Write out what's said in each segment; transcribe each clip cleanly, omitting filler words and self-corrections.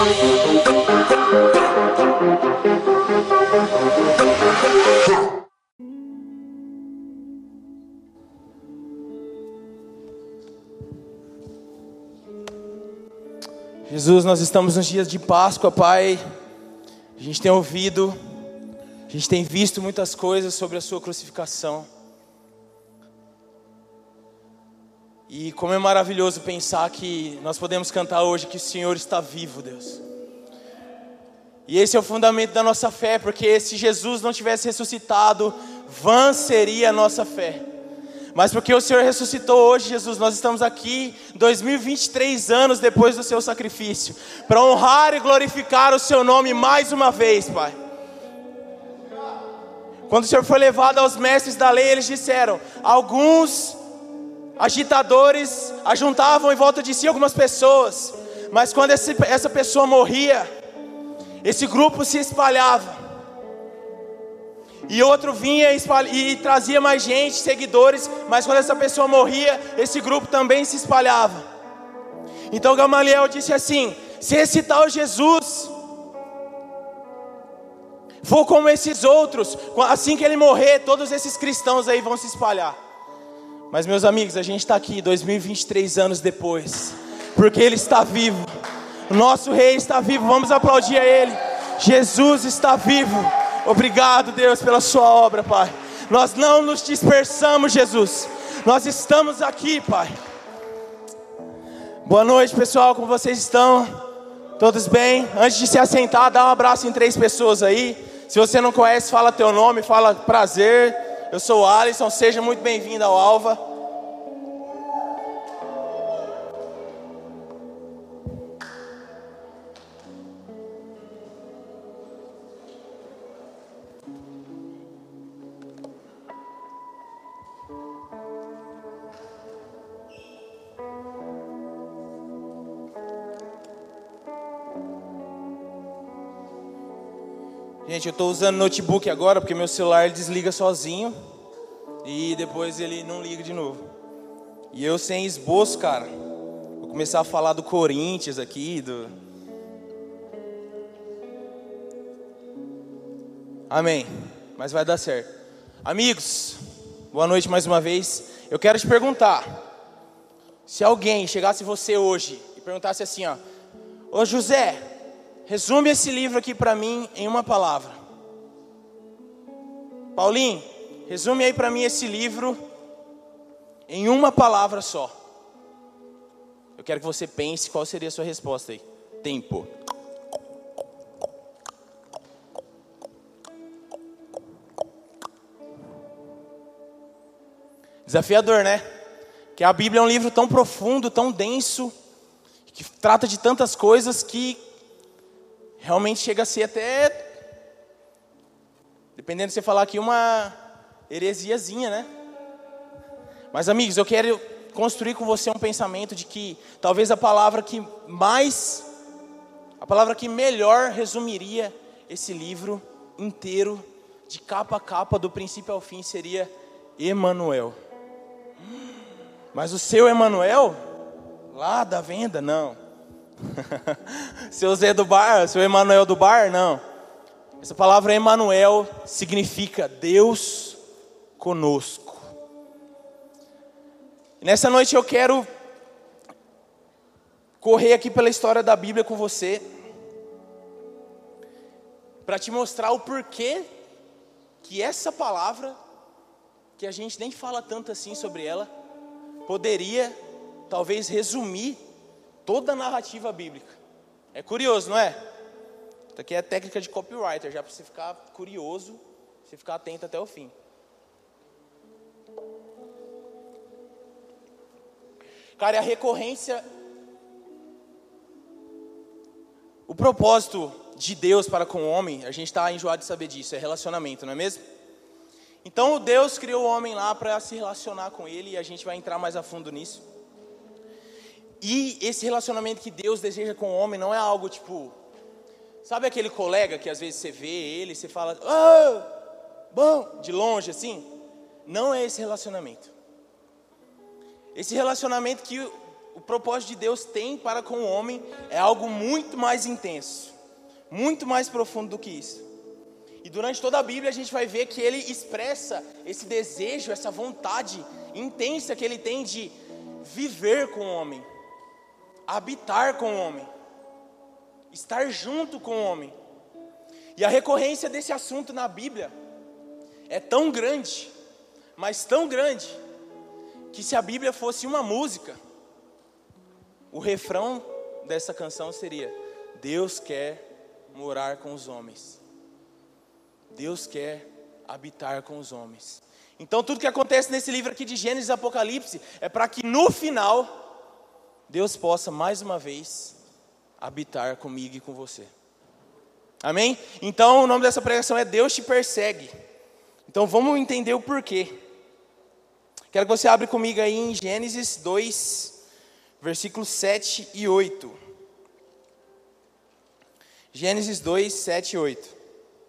Jesus, nós estamos nos dias de Páscoa, Pai. A gente tem ouvido, a gente tem visto muitas coisas sobre a sua crucificação. E como é maravilhoso pensar que nós podemos cantar hoje que o Senhor está vivo, Deus. E esse é o fundamento da nossa fé, porque se Jesus não tivesse ressuscitado, vã seria a nossa fé. Mas porque o Senhor ressuscitou hoje, Jesus, nós estamos aqui 2023 anos depois do seu sacrifício, para honrar e glorificar o seu nome mais uma vez, Pai. Quando o Senhor foi levado aos mestres da lei, eles disseram, alguns agitadores ajuntavam em volta de si algumas pessoas, mas quando essa pessoa morria, esse grupo se espalhava. E outro vinha e trazia mais gente, seguidores, mas quando essa pessoa morria, esse grupo também se espalhava. Então Gamaliel disse assim, se esse tal Jesus for como esses outros, assim que ele morrer, todos esses cristãos aí vão se espalhar. Mas meus amigos, a gente está aqui 2023 anos depois, porque ele está vivo, o nosso rei está vivo, vamos aplaudir a ele. Jesus está vivo. Obrigado, Deus, pela sua obra, Pai. Nós não nos dispersamos, Jesus. Nós estamos aqui, Pai. Boa noite, pessoal, como vocês estão? Todos bem? Antes de se assentar, dá um abraço em 3 pessoas aí. Se você não conhece, fala teu nome, fala prazer. Eu sou o Alisson, seja muito bem-vindo ao Alva. Gente, eu estou usando notebook agora porque meu celular ele desliga sozinho e depois ele não liga de novo. E eu sem esboço, cara, vou começar a falar do Corinthians aqui, Amém, mas vai dar certo. Amigos, boa noite mais uma vez. Eu quero te perguntar, se alguém chegasse você hoje e perguntasse assim, ó, ô José, resume esse livro aqui para mim em uma palavra. Paulinho, resume aí para mim esse livro em uma palavra só. Eu quero que você pense qual seria a sua resposta aí. Tempo. Desafiador, né? Que a Bíblia é um livro tão profundo, tão denso, que trata de tantas coisas que realmente chega a ser até, dependendo de você falar aqui, uma heresiazinha, né? Mas amigos, eu quero construir com você um pensamento de que talvez a palavra que melhor resumiria esse livro inteiro, de capa a capa, do princípio ao fim, seria Emanuel. Mas o seu Emanuel, lá da venda, não. Seu Zé do bar, seu Emanuel do bar, não. Essa palavra Emanuel significa Deus conosco. E nessa noite eu quero correr aqui pela história da Bíblia com você, para te mostrar o porquê que essa palavra, que a gente nem fala tanto assim sobre ela, poderia talvez resumir toda a narrativa bíblica. É curioso, não é? Isso aqui é a técnica de copywriter, já para você ficar curioso, você ficar atento até o fim. Cara, a recorrência, o propósito de Deus para com o homem, a gente está enjoado de saber disso, é relacionamento, não é mesmo? Então Deus criou o homem lá para se relacionar com ele, e a gente vai entrar mais a fundo nisso. E esse relacionamento que Deus deseja com o homem não é algo tipo, sabe aquele colega que às vezes você vê ele e você fala, bom, de longe assim? Não é esse relacionamento. Esse relacionamento que o propósito de Deus tem para com o homem é algo muito mais intenso, muito mais profundo do que isso. E durante toda a Bíblia a gente vai ver que ele expressa esse desejo, essa vontade intensa que ele tem de viver com o homem, habitar com o homem, estar junto com o homem. E a recorrência desse assunto na Bíblia é tão grande, mas tão grande, que se a Bíblia fosse uma música, o refrão dessa canção seria: Deus quer morar com os homens. Deus quer habitar com os homens. Então tudo que acontece nesse livro aqui de Gênesis e Apocalipse é para que no final Deus possa mais uma vez habitar comigo e com você. Amém? Então o nome dessa pregação é Deus te persegue. Então vamos entender o porquê. Quero que você abra comigo aí em Gênesis 2, versículos 7 e 8. Gênesis 2, 7 e 8.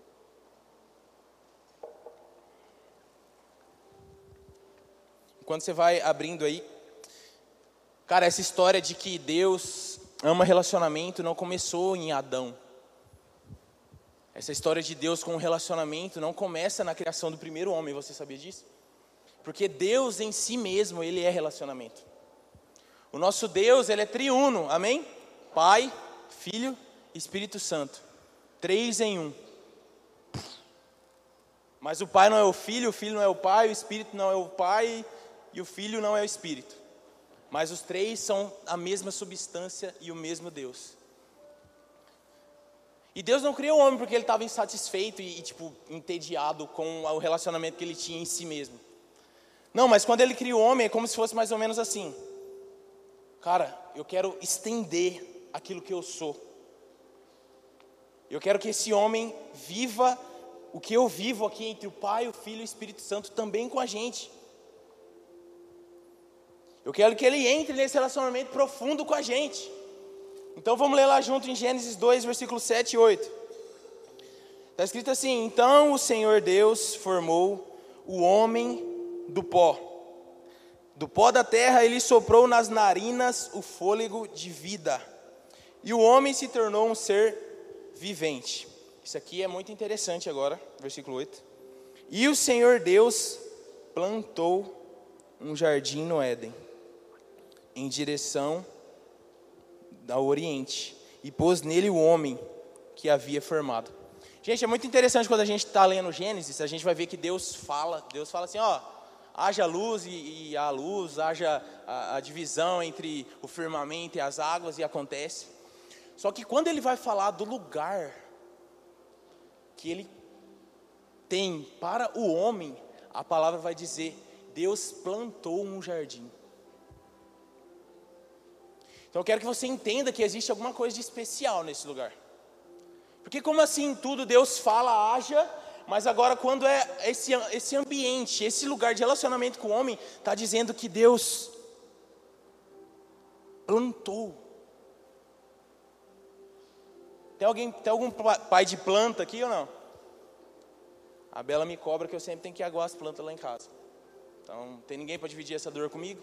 Quando você vai abrindo aí, cara, essa história de que Deus ama relacionamento não começou em Adão. Essa história de Deus com o relacionamento não começa na criação do primeiro homem, você sabia disso? Porque Deus em si mesmo, Ele é relacionamento. O nosso Deus, Ele é triuno, amém? Pai, Filho e Espírito Santo. 3 em 1. Mas o Pai não é o Filho não é o Pai, o Espírito não é o Pai e o Filho não é o Espírito. Mas os 3 são a mesma substância e o mesmo Deus. E Deus não criou o homem porque Ele estava insatisfeito e entediado com o relacionamento que Ele tinha em si mesmo. Não, mas quando Ele cria o homem é como se fosse mais ou menos assim: cara, eu quero estender aquilo que eu sou. Eu quero que esse homem viva o que eu vivo aqui entre o Pai, o Filho e o Espírito Santo também com a gente. Eu quero que ele entre nesse relacionamento profundo com a gente. Então vamos ler lá junto em Gênesis 2, versículos 7 e 8. Está escrito assim: então o Senhor Deus formou o homem do pó da terra, Ele soprou nas narinas o fôlego de vida, e o homem se tornou um ser vivente. Isso aqui é muito interessante agora, versículo 8. E o Senhor Deus plantou um jardim no Éden, em direção ao oriente, e pôs nele o homem que havia formado. Gente, é muito interessante quando a gente está lendo Gênesis, a gente vai ver que Deus fala assim, ó, haja luz e há luz, haja a divisão entre o firmamento e as águas, e acontece. Só que quando ele vai falar do lugar que ele tem para o homem, a palavra vai dizer: Deus plantou um jardim. Então eu quero que você entenda que existe alguma coisa de especial nesse lugar. Porque como assim tudo Deus fala, haja, mas agora quando é esse ambiente, esse lugar de relacionamento com o homem, está dizendo que Deus plantou. Tem algum pai de planta aqui ou não? A Bela me cobra que eu sempre tenho que aguar as plantas lá em casa. Então, tem ninguém para dividir essa dor comigo?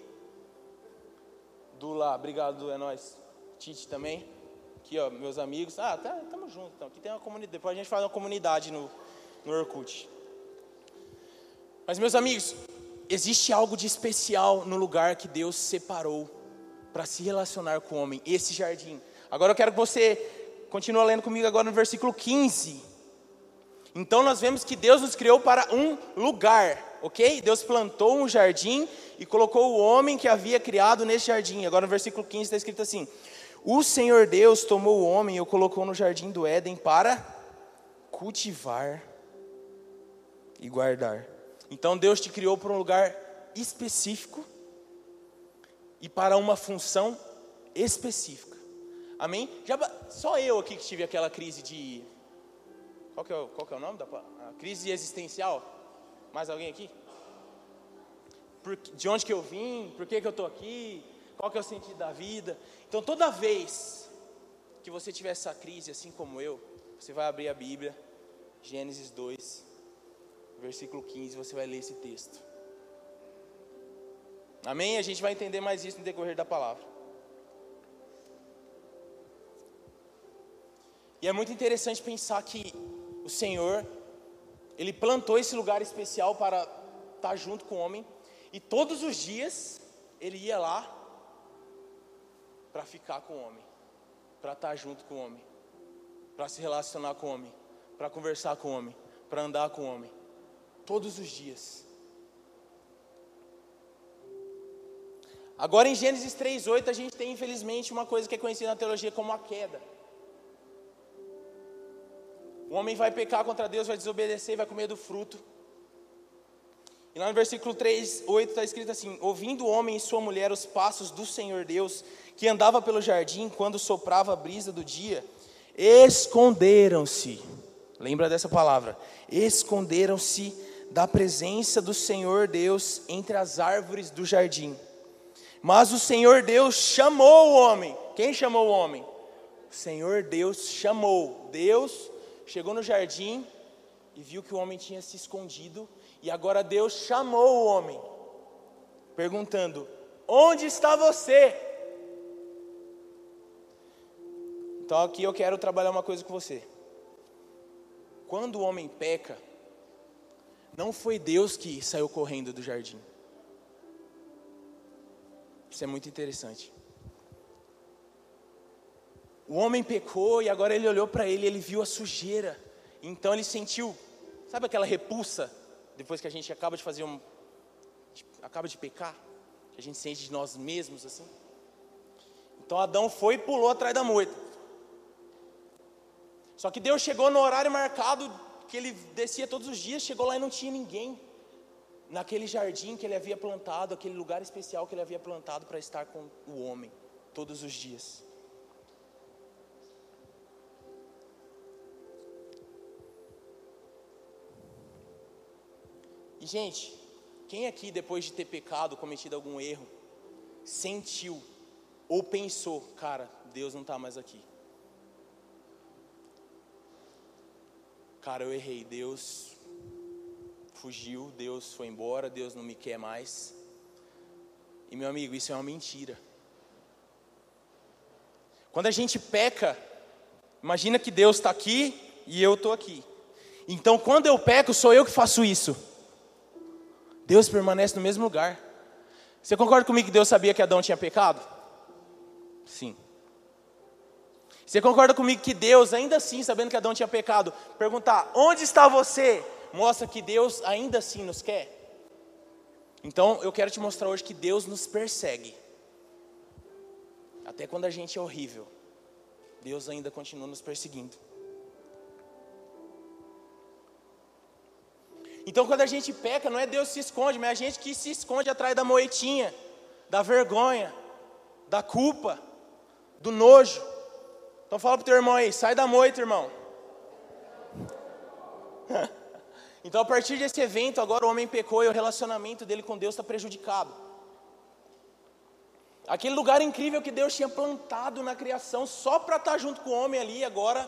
Du lá, obrigado, Du, é nóis. Tite também. Aqui, ó, meus amigos. Tamo junto, então. Aqui tem uma comunidade, depois a gente faz uma comunidade no Orkut. Mas, meus amigos, existe algo de especial no lugar que Deus separou para se relacionar com o homem, esse jardim. Agora eu quero que você continue lendo comigo agora no versículo 15. Então nós vemos que Deus nos criou para um lugar, ok? Deus plantou um jardim e colocou o homem que havia criado nesse jardim. Agora no versículo 15 está escrito assim: o Senhor Deus tomou o homem e o colocou no jardim do Éden para cultivar e guardar. Então Deus te criou para um lugar específico e para uma função específica. Amém? Só eu aqui que tive aquela crise de... Qual que é o nome da a crise existencial? Mais alguém aqui? De onde que eu vim? Por que eu estou aqui? Qual que é o sentido da vida? Então toda vez que você tiver essa crise, assim como eu, você vai abrir a Bíblia, Gênesis 2, versículo 15, você vai ler esse texto. Amém? A gente vai entender mais isso no decorrer da palavra. E é muito interessante pensar que o Senhor, Ele plantou esse lugar especial para estar junto com o homem. E todos os dias, Ele ia lá para ficar com o homem, para estar junto com o homem, para se relacionar com o homem, para conversar com o homem, para andar com o homem. Todos os dias. Agora em Gênesis 3:8 a gente tem infelizmente uma coisa que é conhecida na teologia como a queda. O homem vai pecar contra Deus, vai desobedecer, vai comer do fruto. E lá no versículo 3:8 está escrito assim: ouvindo o homem e sua mulher os passos do Senhor Deus, que andava pelo jardim quando soprava a brisa do dia, esconderam-se. Lembra dessa palavra? Esconderam-se da presença do Senhor Deus entre as árvores do jardim. Mas o Senhor Deus chamou o homem. Quem chamou o homem? O Senhor Deus chamou. Deus chegou no jardim e viu que o homem tinha se escondido. E agora Deus chamou o homem, perguntando: onde está você? Então aqui eu quero trabalhar uma coisa com você. Quando o homem peca, não foi Deus que saiu correndo do jardim. Isso é muito interessante. O homem pecou e agora ele olhou para ele, ele viu a sujeira. Então ele sentiu, sabe aquela repulsa, depois que a gente acaba de fazer acaba de pecar, que a gente sente de nós mesmos assim. Então Adão foi e pulou atrás da moita. Só que Deus chegou no horário marcado, que ele descia todos os dias, chegou lá e não tinha ninguém. Naquele jardim que ele havia plantado, aquele lugar especial que ele havia plantado para estar com o homem, todos os dias. E gente, quem aqui depois de ter pecado, cometido algum erro, sentiu ou pensou: cara, Deus não está mais aqui. Cara, eu errei, Deus fugiu, Deus foi embora, Deus não me quer mais. E meu amigo, isso é uma mentira. Quando a gente peca, imagina que Deus está aqui e eu estou aqui. Então quando eu peco, sou eu que faço isso. Deus permanece no mesmo lugar. Você concorda comigo que Deus sabia que Adão tinha pecado? Sim. Você concorda comigo que Deus, ainda assim, sabendo que Adão tinha pecado, perguntar: onde está você? Mostra que Deus ainda assim nos quer. Então eu quero te mostrar hoje que Deus nos persegue. Até quando a gente é horrível, Deus ainda continua nos perseguindo. Então quando a gente peca, não é Deus que se esconde, mas é a gente que se esconde atrás da moitinha, da vergonha, da culpa, do nojo. Então fala pro teu irmão aí: sai da moita, irmão. Então a partir desse evento, agora o homem pecou e o relacionamento dele com Deus está prejudicado. Aquele lugar incrível que Deus tinha plantado na criação só para estar junto com o homem ali, agora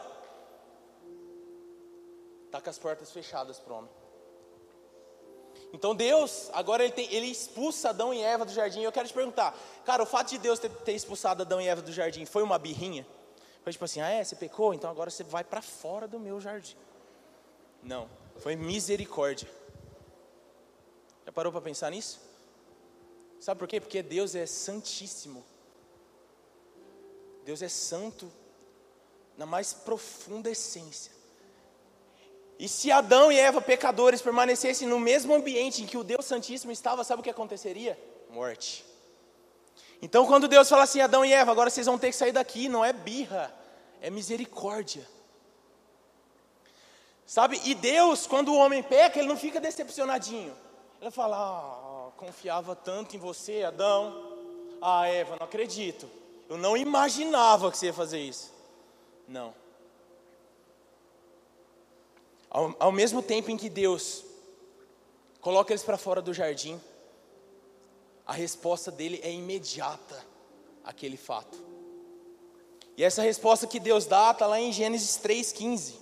está com as portas fechadas para o homem. Então Deus, agora ele expulsa Adão e Eva do jardim. Eu quero te perguntar, cara, o fato de Deus ter expulsado Adão e Eva do jardim foi uma birrinha? Foi tipo assim: você pecou, então agora você vai para fora do meu jardim. Não, foi misericórdia. Já parou para pensar nisso? Sabe por quê? Porque Deus é santíssimo. Deus é santo na mais profunda essência. E se Adão e Eva, pecadores, permanecessem no mesmo ambiente em que o Deus Santíssimo estava, sabe o que aconteceria? Morte. Então quando Deus fala assim: Adão e Eva, agora vocês vão ter que sair daqui, não é birra, é misericórdia. Sabe, e Deus, quando o homem peca, ele não fica decepcionadinho. Ele fala: confiava tanto em você, Adão. Eva, não acredito. Eu não imaginava que você ia fazer isso. Não. Ao mesmo tempo em que Deus coloca eles para fora do jardim, a resposta dele é imediata àquele fato. E essa resposta que Deus dá está lá em Gênesis 3,15.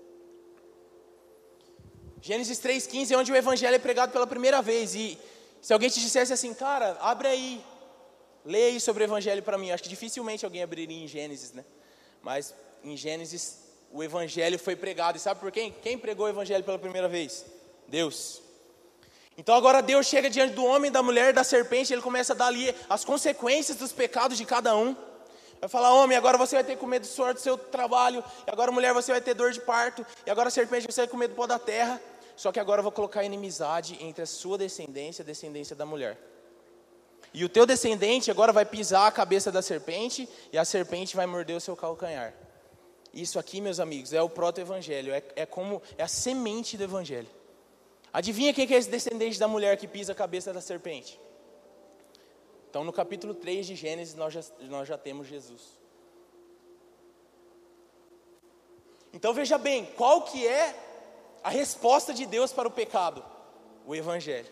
Gênesis 3,15 é onde o evangelho é pregado pela primeira vez. E se alguém te dissesse assim: cara, abre aí, lê aí sobre o evangelho para mim. Acho que dificilmente alguém abriria em Gênesis, né? Mas em Gênesis o evangelho foi pregado. E sabe por quem? Quem pregou o evangelho pela primeira vez? Deus. Então agora Deus chega diante do homem, da mulher, da serpente, ele começa a dar ali as consequências dos pecados de cada um. Vai falar: homem, agora você vai ter que comer do suor do seu trabalho, e agora mulher, você vai ter dor de parto, e agora serpente, você vai comer do pó da terra. Só que agora eu vou colocar inimizade entre a sua descendência e a descendência da mulher. E o teu descendente agora vai pisar a cabeça da serpente, e a serpente vai morder o seu calcanhar. Isso aqui, meus amigos, é o proto-evangelho, é a semente do evangelho. Adivinha quem que é esse descendente da mulher que pisa a cabeça da serpente? Então no capítulo 3 de Gênesis nós já temos Jesus. Então veja bem, qual que é a resposta de Deus para o pecado? O evangelho.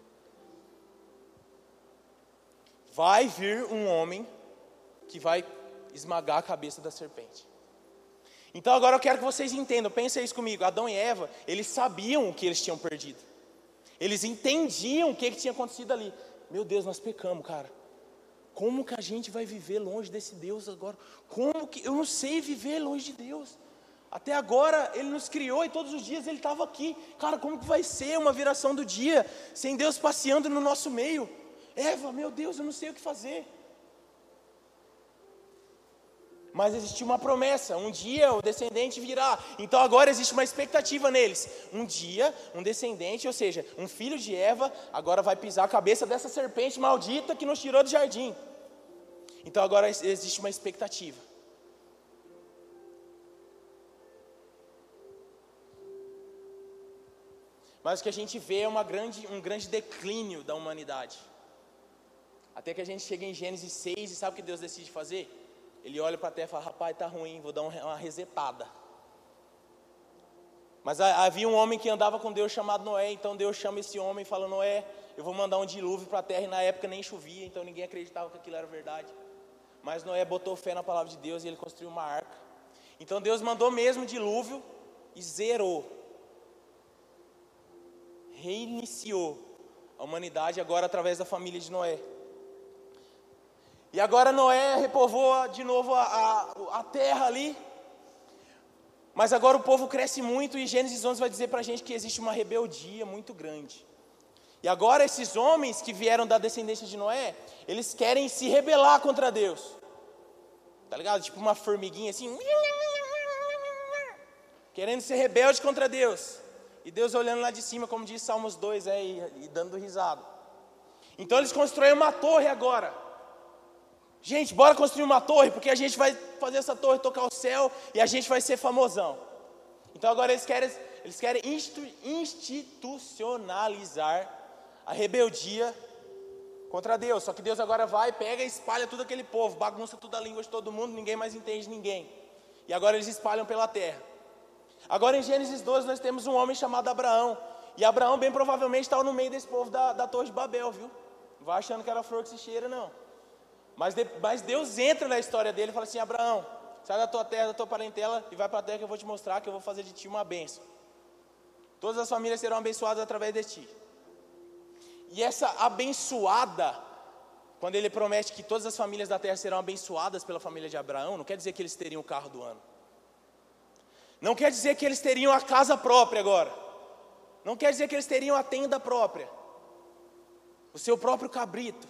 Vai vir um homem que vai esmagar a cabeça da serpente. Então agora eu quero que vocês entendam, pensem isso comigo. Adão e Eva, eles sabiam o que eles tinham perdido. Eles entendiam o que tinha acontecido ali. Meu Deus, nós pecamos, cara. Como que a gente vai viver longe desse Deus agora? Como que eu não sei viver longe de Deus? Até agora Ele nos criou e todos os dias Ele estava aqui. Cara, como que vai ser uma viração do dia sem Deus passeando no nosso meio? Eva, meu Deus, eu não sei o que fazer. Mas existia uma promessa, um dia o descendente virá. Então agora existe uma expectativa neles. Um dia, um descendente, ou seja, um filho de Eva, agora vai pisar a cabeça dessa serpente maldita que nos tirou do jardim. Então agora existe uma expectativa. Mas o que a gente vê é um grande declínio da humanidade. Até que a gente chega em Gênesis 6 e sabe o que Deus decide fazer? Ele olha para a terra e fala: rapaz, está ruim, vou dar uma resetada. Mas havia um homem que andava com Deus chamado Noé. Então Deus chama esse homem e fala: Noé, eu vou mandar um dilúvio para a terra. E na época nem chovia, então ninguém acreditava que aquilo era verdade. Mas Noé botou fé na palavra de Deus e ele construiu uma arca. Então Deus mandou mesmo dilúvio e zerou, reiniciou a humanidade agora através da família de Noé. E agora Noé repovoa de novo a terra ali. Mas agora o povo cresce muito e Gênesis 11 vai dizer para a gente que existe uma rebeldia muito grande. E agora esses homens que vieram da descendência de Noé, eles querem se rebelar contra Deus. Tá ligado? Tipo uma formiguinha assim, querendo ser rebelde contra Deus. E Deus olhando lá de cima, como diz Salmos 2, e dando risada. Então eles constroem uma torre agora. Gente, bora construir uma torre, porque a gente vai fazer essa torre tocar o céu e a gente vai ser famosão. Então agora eles querem institucionalizar a rebeldia contra Deus. Só que Deus agora vai, pega e espalha tudo aquele povo, bagunça toda a língua de todo mundo, ninguém mais entende ninguém. E agora eles espalham pela terra. Agora em Gênesis 12 nós temos um homem chamado Abraão. E Abraão bem provavelmente estava no meio desse povo da Torre de Babel, viu? Não vai achando que era flor que se cheira, não. Mas Deus entra na história dele e fala assim: Abraão, sai da tua terra, da tua parentela e vai para a terra que eu vou te mostrar, que eu vou fazer de ti uma bênção. Todas as famílias serão abençoadas através de ti. E essa abençoada, quando ele promete que todas as famílias da terra serão abençoadas pela família de Abraão, não quer dizer que eles teriam o carro do ano. Não quer dizer que eles teriam a casa própria agora. Não quer dizer que eles teriam a tenda própria, o seu próprio cabrito,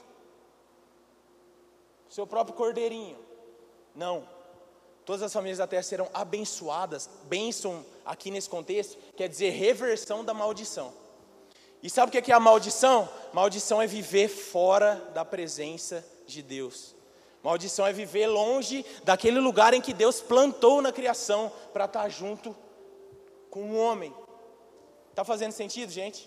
o seu próprio cordeirinho. Não. Todas as famílias da terra serão abençoadas. Bênção aqui nesse contexto quer dizer reversão da maldição. E sabe o que é a maldição? Maldição é viver fora da presença de Deus. Maldição é viver longe daquele lugar em que Deus plantou na criação para estar junto com o homem. Está fazendo sentido, gente?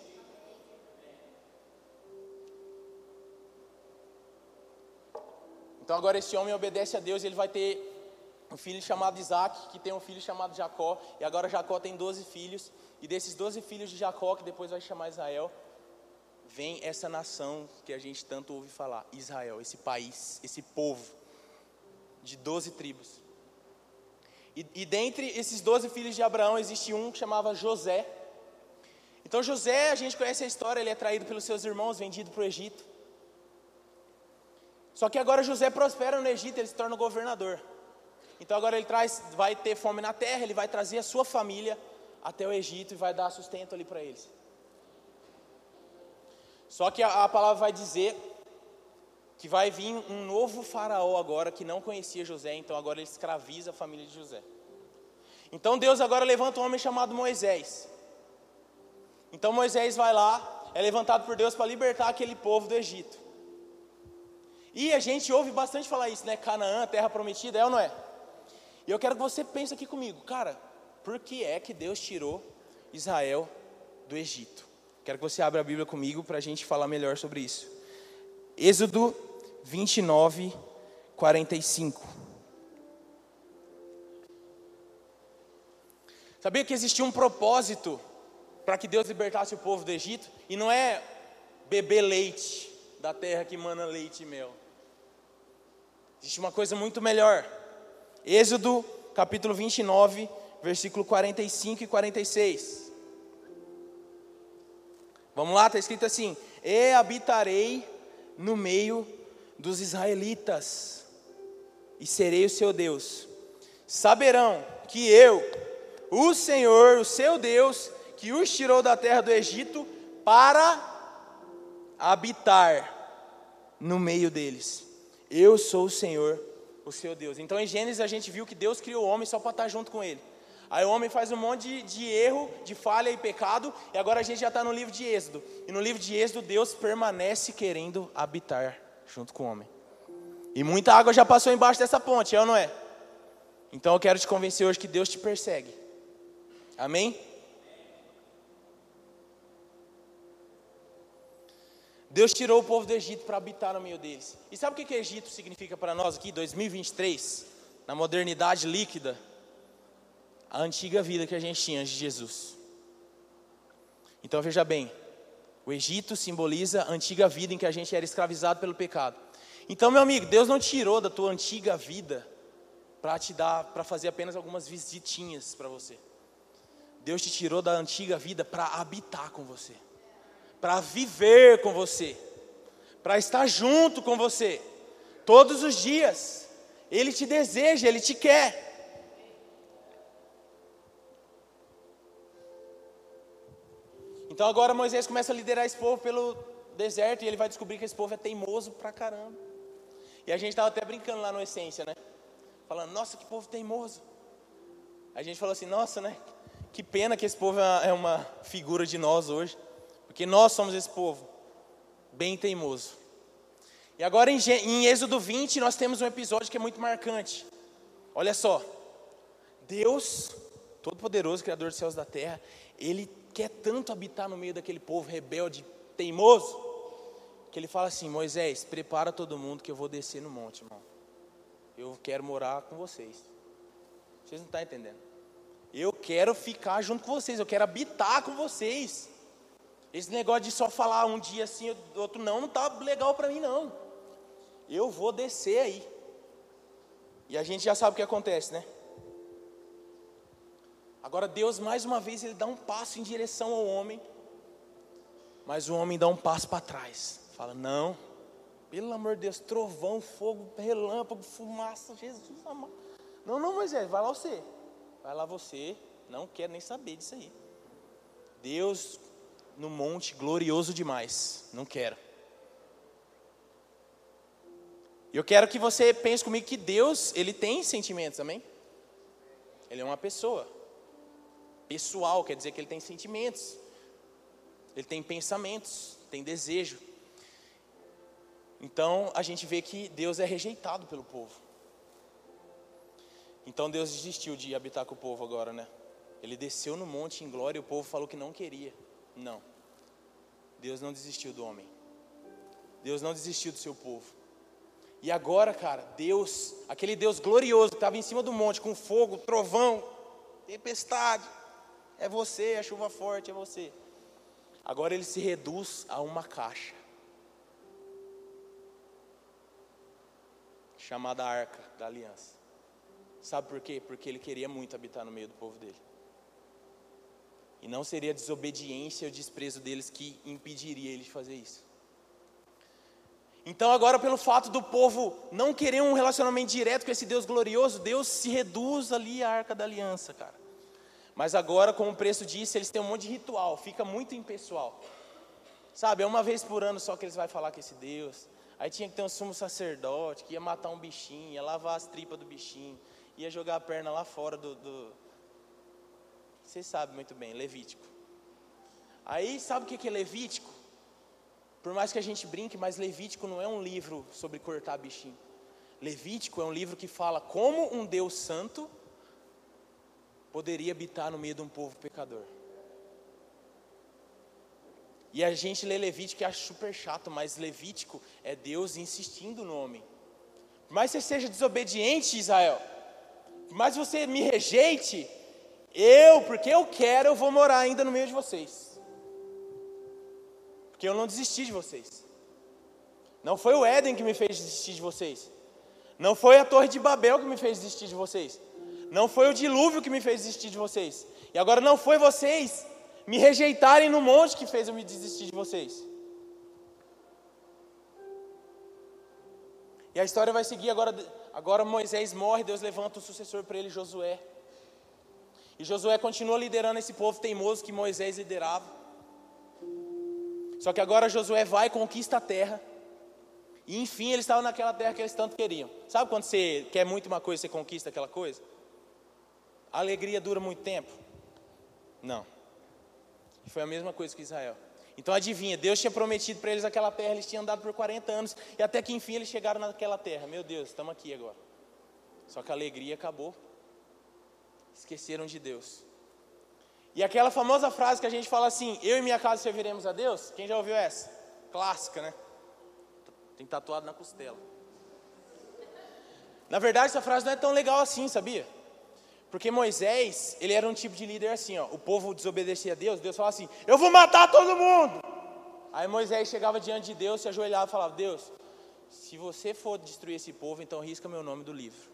Então agora esse homem obedece a Deus e ele vai ter um filho chamado Isaac, que tem um filho chamado Jacó. E agora Jacó tem 12 filhos. E desses 12 filhos de Jacó, que depois vai chamar Israel, vem essa nação que a gente tanto ouve falar, Israel, esse país, esse povo de 12 tribos. E dentre esses 12 filhos de Abraão existe um que chamava José. Então José, a gente conhece a história, ele é traído pelos seus irmãos, vendido para o Egito. Só que agora José prospera no Egito, ele se torna governador. Então agora vai ter fome na terra, ele vai trazer a sua família até o Egito e vai dar sustento ali para eles. Só que a palavra vai dizer que vai vir um novo faraó agora que não conhecia José, então agora ele escraviza a família de José. Então Deus agora levanta um homem chamado Moisés. Então Moisés vai lá, é levantado por Deus para libertar aquele povo do Egito. E a gente ouve bastante falar isso, né? Canaã, terra prometida, é ou não é? E eu quero que você pense aqui comigo, cara, por que é que Deus tirou Israel do Egito? Quero que você abra a Bíblia comigo para a gente falar melhor sobre isso. Êxodo 29, 45. Sabia que existia um propósito para que Deus libertasse o povo do Egito? E não é beber leite da terra que mana leite e mel. Existe uma coisa muito melhor. Êxodo capítulo 29, versículo 45 e 46. Vamos lá, está escrito assim: E habitarei no meio dos israelitas, e serei o seu Deus. Saberão que eu, o Senhor, o seu Deus, que os tirou da terra do Egito para habitar no meio deles. Eu sou o Senhor, o seu Deus. Então em Gênesis a gente viu que Deus criou o homem só para estar junto com ele. Aí o homem faz um monte de erro, de falha e pecado, e agora a gente já está no livro de Êxodo. E no livro de Êxodo Deus permanece querendo habitar junto com o homem. E muita água já passou embaixo dessa ponte, é ou não é? Então eu quero te convencer hoje que Deus te persegue. Amém? Deus tirou o povo do Egito para habitar no meio deles. E sabe o que Egito significa para nós aqui, 2023? Na modernidade líquida, a antiga vida que a gente tinha antes de Jesus. Então veja bem, o Egito simboliza a antiga vida em que a gente era escravizado pelo pecado. Então meu amigo, Deus não tirou da tua antiga vida para te dar, para fazer apenas algumas visitinhas para você. Deus te tirou da antiga vida para habitar com você, para viver com você, para estar junto com você, todos os dias. Ele te deseja, Ele te quer. Então agora Moisés começa a liderar esse povo pelo deserto, e ele vai descobrir que esse povo é teimoso pra caramba. E a gente estava até brincando lá no Essência, né? Falando, nossa, que povo teimoso. A gente falou assim, nossa, né? Que pena que esse povo é uma figura de nós hoje. Porque nós somos esse povo, bem teimoso. E agora em Êxodo 20 nós temos um episódio que é muito marcante. Olha só, Deus, Todo-Poderoso, Criador dos céus e da terra, Ele quer tanto habitar no meio daquele povo rebelde, teimoso, que Ele fala assim, Moisés, prepara todo mundo que eu vou descer no monte, irmão. Eu quero morar com vocês. Vocês não estão entendendo. Eu quero ficar junto com vocês, eu quero habitar com vocês. Esse negócio de só falar um dia assim, outro não tá legal para mim não. Eu vou descer aí. E a gente já sabe o que acontece, né? Agora Deus mais uma vez Ele dá um passo em direção ao homem, mas o homem dá um passo para trás. Fala, não, pelo amor de Deus, trovão, fogo, relâmpago, fumaça, Jesus amado. Não, Moisés, vai lá você. Vai lá você, não quero nem saber disso aí. Deus no monte glorioso demais, não quero. Eu quero que você pense comigo que Deus, Ele tem sentimentos, amém? Ele é uma pessoa. Pessoal, quer dizer que Ele tem sentimentos. Ele tem pensamentos, tem desejo. Então a gente vê que Deus é rejeitado pelo povo. Então Deus desistiu de habitar com o povo agora, né? Ele desceu no monte em glória e o povo falou que não queria. Não, Deus não desistiu do homem. Deus não desistiu do seu povo. E agora, cara, Deus, aquele Deus glorioso que estava em cima do monte com fogo, trovão, tempestade, é você, a chuva forte, é você. Agora Ele se reduz a uma caixa chamada Arca da Aliança. Sabe por quê? Porque Ele queria muito habitar no meio do povo dele. E não seria a desobediência e o desprezo deles que impediria Ele de fazer isso. Então agora, pelo fato do povo não querer um relacionamento direto com esse Deus glorioso, Deus se reduz ali à Arca da Aliança, cara. Mas agora, como o preço disse, eles têm um monte de ritual, fica muito impessoal. Sabe, é uma vez por ano só que eles vão falar com esse Deus. Aí tinha que ter um sumo sacerdote, que ia matar um bichinho, ia lavar as tripas do bichinho, ia jogar a perna lá fora Vocês sabem muito bem, Levítico. Aí, sabe o que é Levítico? Por mais que a gente brinque, mas Levítico não é um livro sobre cortar bichinho. Levítico é um livro que fala como um Deus santo poderia habitar no meio de um povo pecador. E a gente lê Levítico e acha super chato, mas Levítico é Deus insistindo no homem. Por mais que você seja desobediente, Israel, por mais que você me rejeite, porque eu quero, eu vou morar ainda no meio de vocês. Porque eu não desisti de vocês. Não foi o Éden que me fez desistir de vocês. Não foi a Torre de Babel que me fez desistir de vocês. Não foi o dilúvio que me fez desistir de vocês. E agora não foi vocês me rejeitarem no monte que fez eu me desistir de vocês. E a história vai seguir agora Moisés morre, Deus levanta um sucessor para ele, Josué. E Josué continua liderando esse povo teimoso que Moisés liderava. Só que agora Josué vai e conquista a terra. E enfim eles estavam naquela terra que eles tanto queriam. Sabe quando você quer muito uma coisa, você conquista aquela coisa? A alegria dura muito tempo? Não. E foi a mesma coisa que Israel. Então adivinha, Deus tinha prometido para eles aquela terra, eles tinham andado por 40 anos. E até que enfim eles chegaram naquela terra. Meu Deus, estamos aqui agora. Só que a alegria acabou. Esqueceram de Deus. E aquela famosa frase que a gente fala assim, eu e minha casa serviremos a Deus. Quem já ouviu essa? Clássica, né? Tem tatuado na costela. Na verdade, essa frase não é tão legal assim, sabia? Porque Moisés, ele era um tipo de líder assim, ó. O povo desobedecia a Deus, Deus falava assim, eu vou matar todo mundo. Aí Moisés chegava diante de Deus, se ajoelhava e falava, Deus, se você for destruir esse povo, então risca meu nome do livro.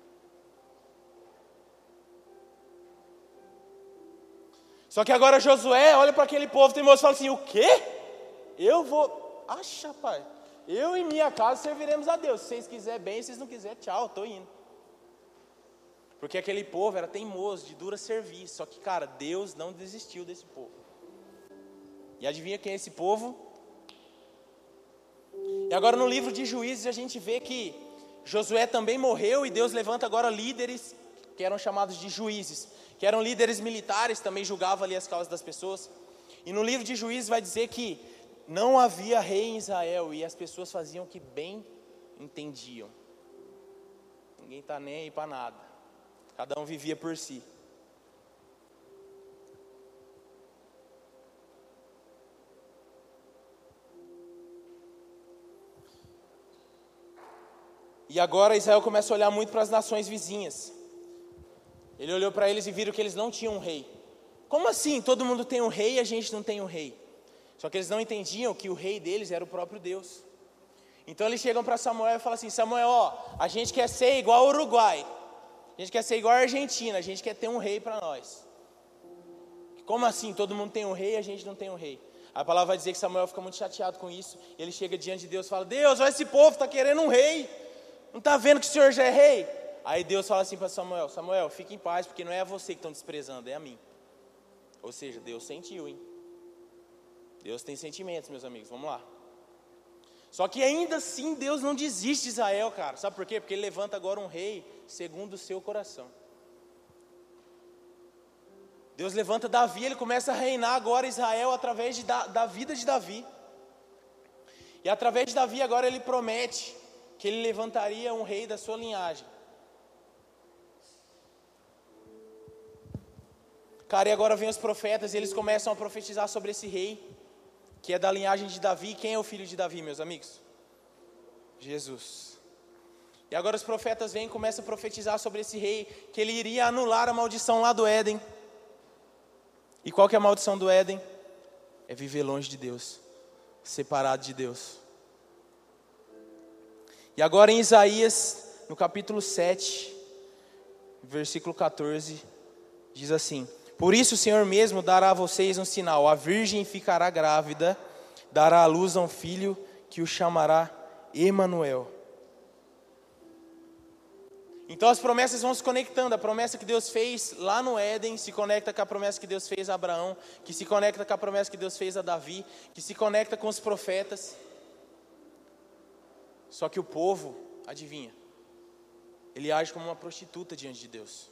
Só que agora Josué olha para aquele povo teimoso e fala assim, o quê? Eu vou... Acha, pai, eu e minha casa serviremos a Deus. Se vocês quiserem bem, se vocês não quiserem, tchau, estou indo. Porque aquele povo era teimoso, de dura serviço. Só que, cara, Deus não desistiu desse povo. E adivinha quem é esse povo? E agora no livro de Juízes a gente vê que Josué também morreu e Deus levanta agora líderes que eram chamados de juízes, que eram líderes militares, também julgavam ali as causas das pessoas. E no livro de Juízes vai dizer que não havia rei em Israel e as pessoas faziam o que bem entendiam. Ninguém está nem aí para nada. Cada um vivia por si. E agora Israel começa a olhar muito para as nações vizinhas. Ele olhou para eles e viram que eles não tinham um rei. Como assim? Todo mundo tem um rei e a gente não tem um rei. Só que eles não entendiam que o rei deles era o próprio Deus. Então eles chegam para Samuel e falam assim, Samuel, a gente quer ser igual ao Uruguai. A gente quer ser igual a Argentina, a gente quer ter um rei para nós. Como assim? Todo mundo tem um rei e a gente não tem um rei. A palavra vai dizer que Samuel fica muito chateado com isso. E ele chega diante de Deus e fala, Deus, olha esse povo, está querendo um rei. Não está vendo que o Senhor já é rei? Aí Deus fala assim para Samuel, Samuel, fique em paz, porque não é a você que estão desprezando, é a mim. Ou seja, Deus sentiu, hein? Deus tem sentimentos, meus amigos, vamos lá. Só que ainda assim Deus não desiste de Israel, cara. Sabe por quê? Porque Ele levanta agora um rei segundo o seu coração. Deus levanta Davi, Ele começa a reinar agora Israel através da vida de Davi. E através de Davi agora Ele promete que Ele levantaria um rei da sua linhagem. Cara, e agora vem os profetas e eles começam a profetizar sobre esse rei, que é da linhagem de Davi. Quem é o filho de Davi, meus amigos? Jesus. E agora os profetas vêm e começam a profetizar sobre esse rei, que ele iria anular a maldição lá do Éden. E qual que é a maldição do Éden? É viver longe de Deus, separado de Deus. E agora em Isaías, no capítulo 7, versículo 14, diz assim, por isso o Senhor mesmo dará a vocês um sinal, a virgem ficará grávida, dará à luz a um filho que o chamará Emanuel. Então as promessas vão se conectando. A promessa que Deus fez lá no Éden se conecta com a promessa que Deus fez a Abraão, que se conecta com a promessa que Deus fez a Davi, que se conecta com os profetas. Só que o povo, adivinha, ele age como uma prostituta diante de Deus.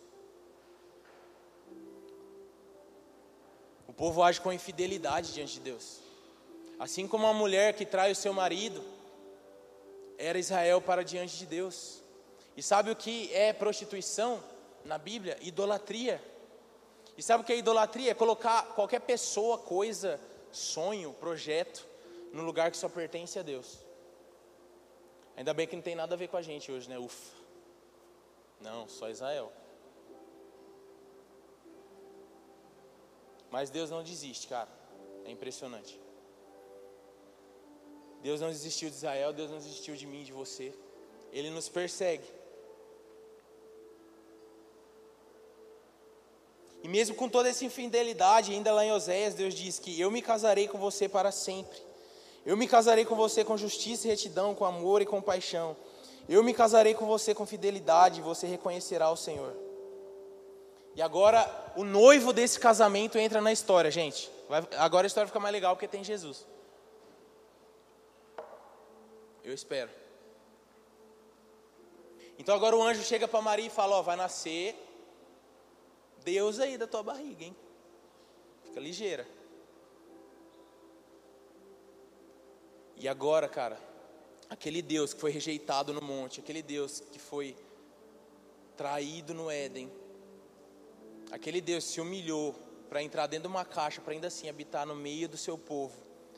O povo age com infidelidade diante de Deus. Assim como uma mulher que trai o seu marido, era Israel para diante de Deus. E sabe o que é prostituição na Bíblia? Idolatria. E sabe o que é idolatria? É colocar qualquer pessoa, coisa, sonho, projeto no lugar que só pertence a Deus. Ainda bem que não tem nada a ver com a gente hoje, né? Ufa. Não, só Israel. Mas Deus não desiste, cara. É impressionante. Deus não desistiu de Israel, Deus não desistiu de mim, de você. Ele nos persegue. E mesmo com toda essa infidelidade, ainda lá em Oséias, Deus diz que eu me casarei com você para sempre. Eu me casarei com você com justiça e retidão, com amor e compaixão. Eu me casarei com você com fidelidade, e você reconhecerá o Senhor. E agora, o noivo desse casamento entra na história, gente. Agora a história fica mais legal porque tem Jesus. Eu espero. Então agora o anjo chega para Maria e fala, ó, vai nascer Deus aí da tua barriga, hein? Fica ligeira. E agora, cara, aquele Deus que foi rejeitado no monte, aquele Deus que foi traído no Éden, aquele Deus que se humilhou para entrar dentro de uma caixa, para ainda assim habitar no meio do seu povo,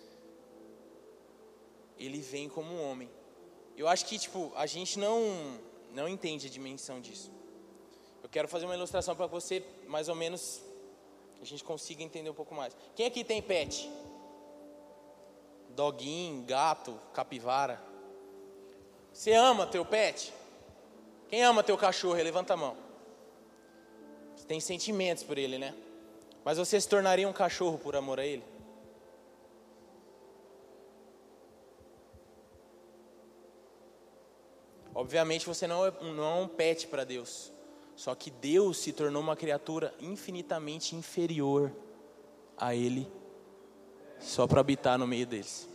ele vem como um homem. Eu acho que, a gente não entende a dimensão disso. Eu quero fazer uma ilustração para você, mais ou menos, a gente consiga entender um pouco mais. Quem aqui tem pet? Doguinho, gato, capivara. Você ama teu pet? Quem ama teu cachorro? Levanta a mão. Você tem sentimentos por ele, né? Mas você se tornaria um cachorro por amor a ele? Obviamente você não é um pet para Deus. Só que Deus se tornou uma criatura infinitamente inferior a Ele, só para habitar no meio deles.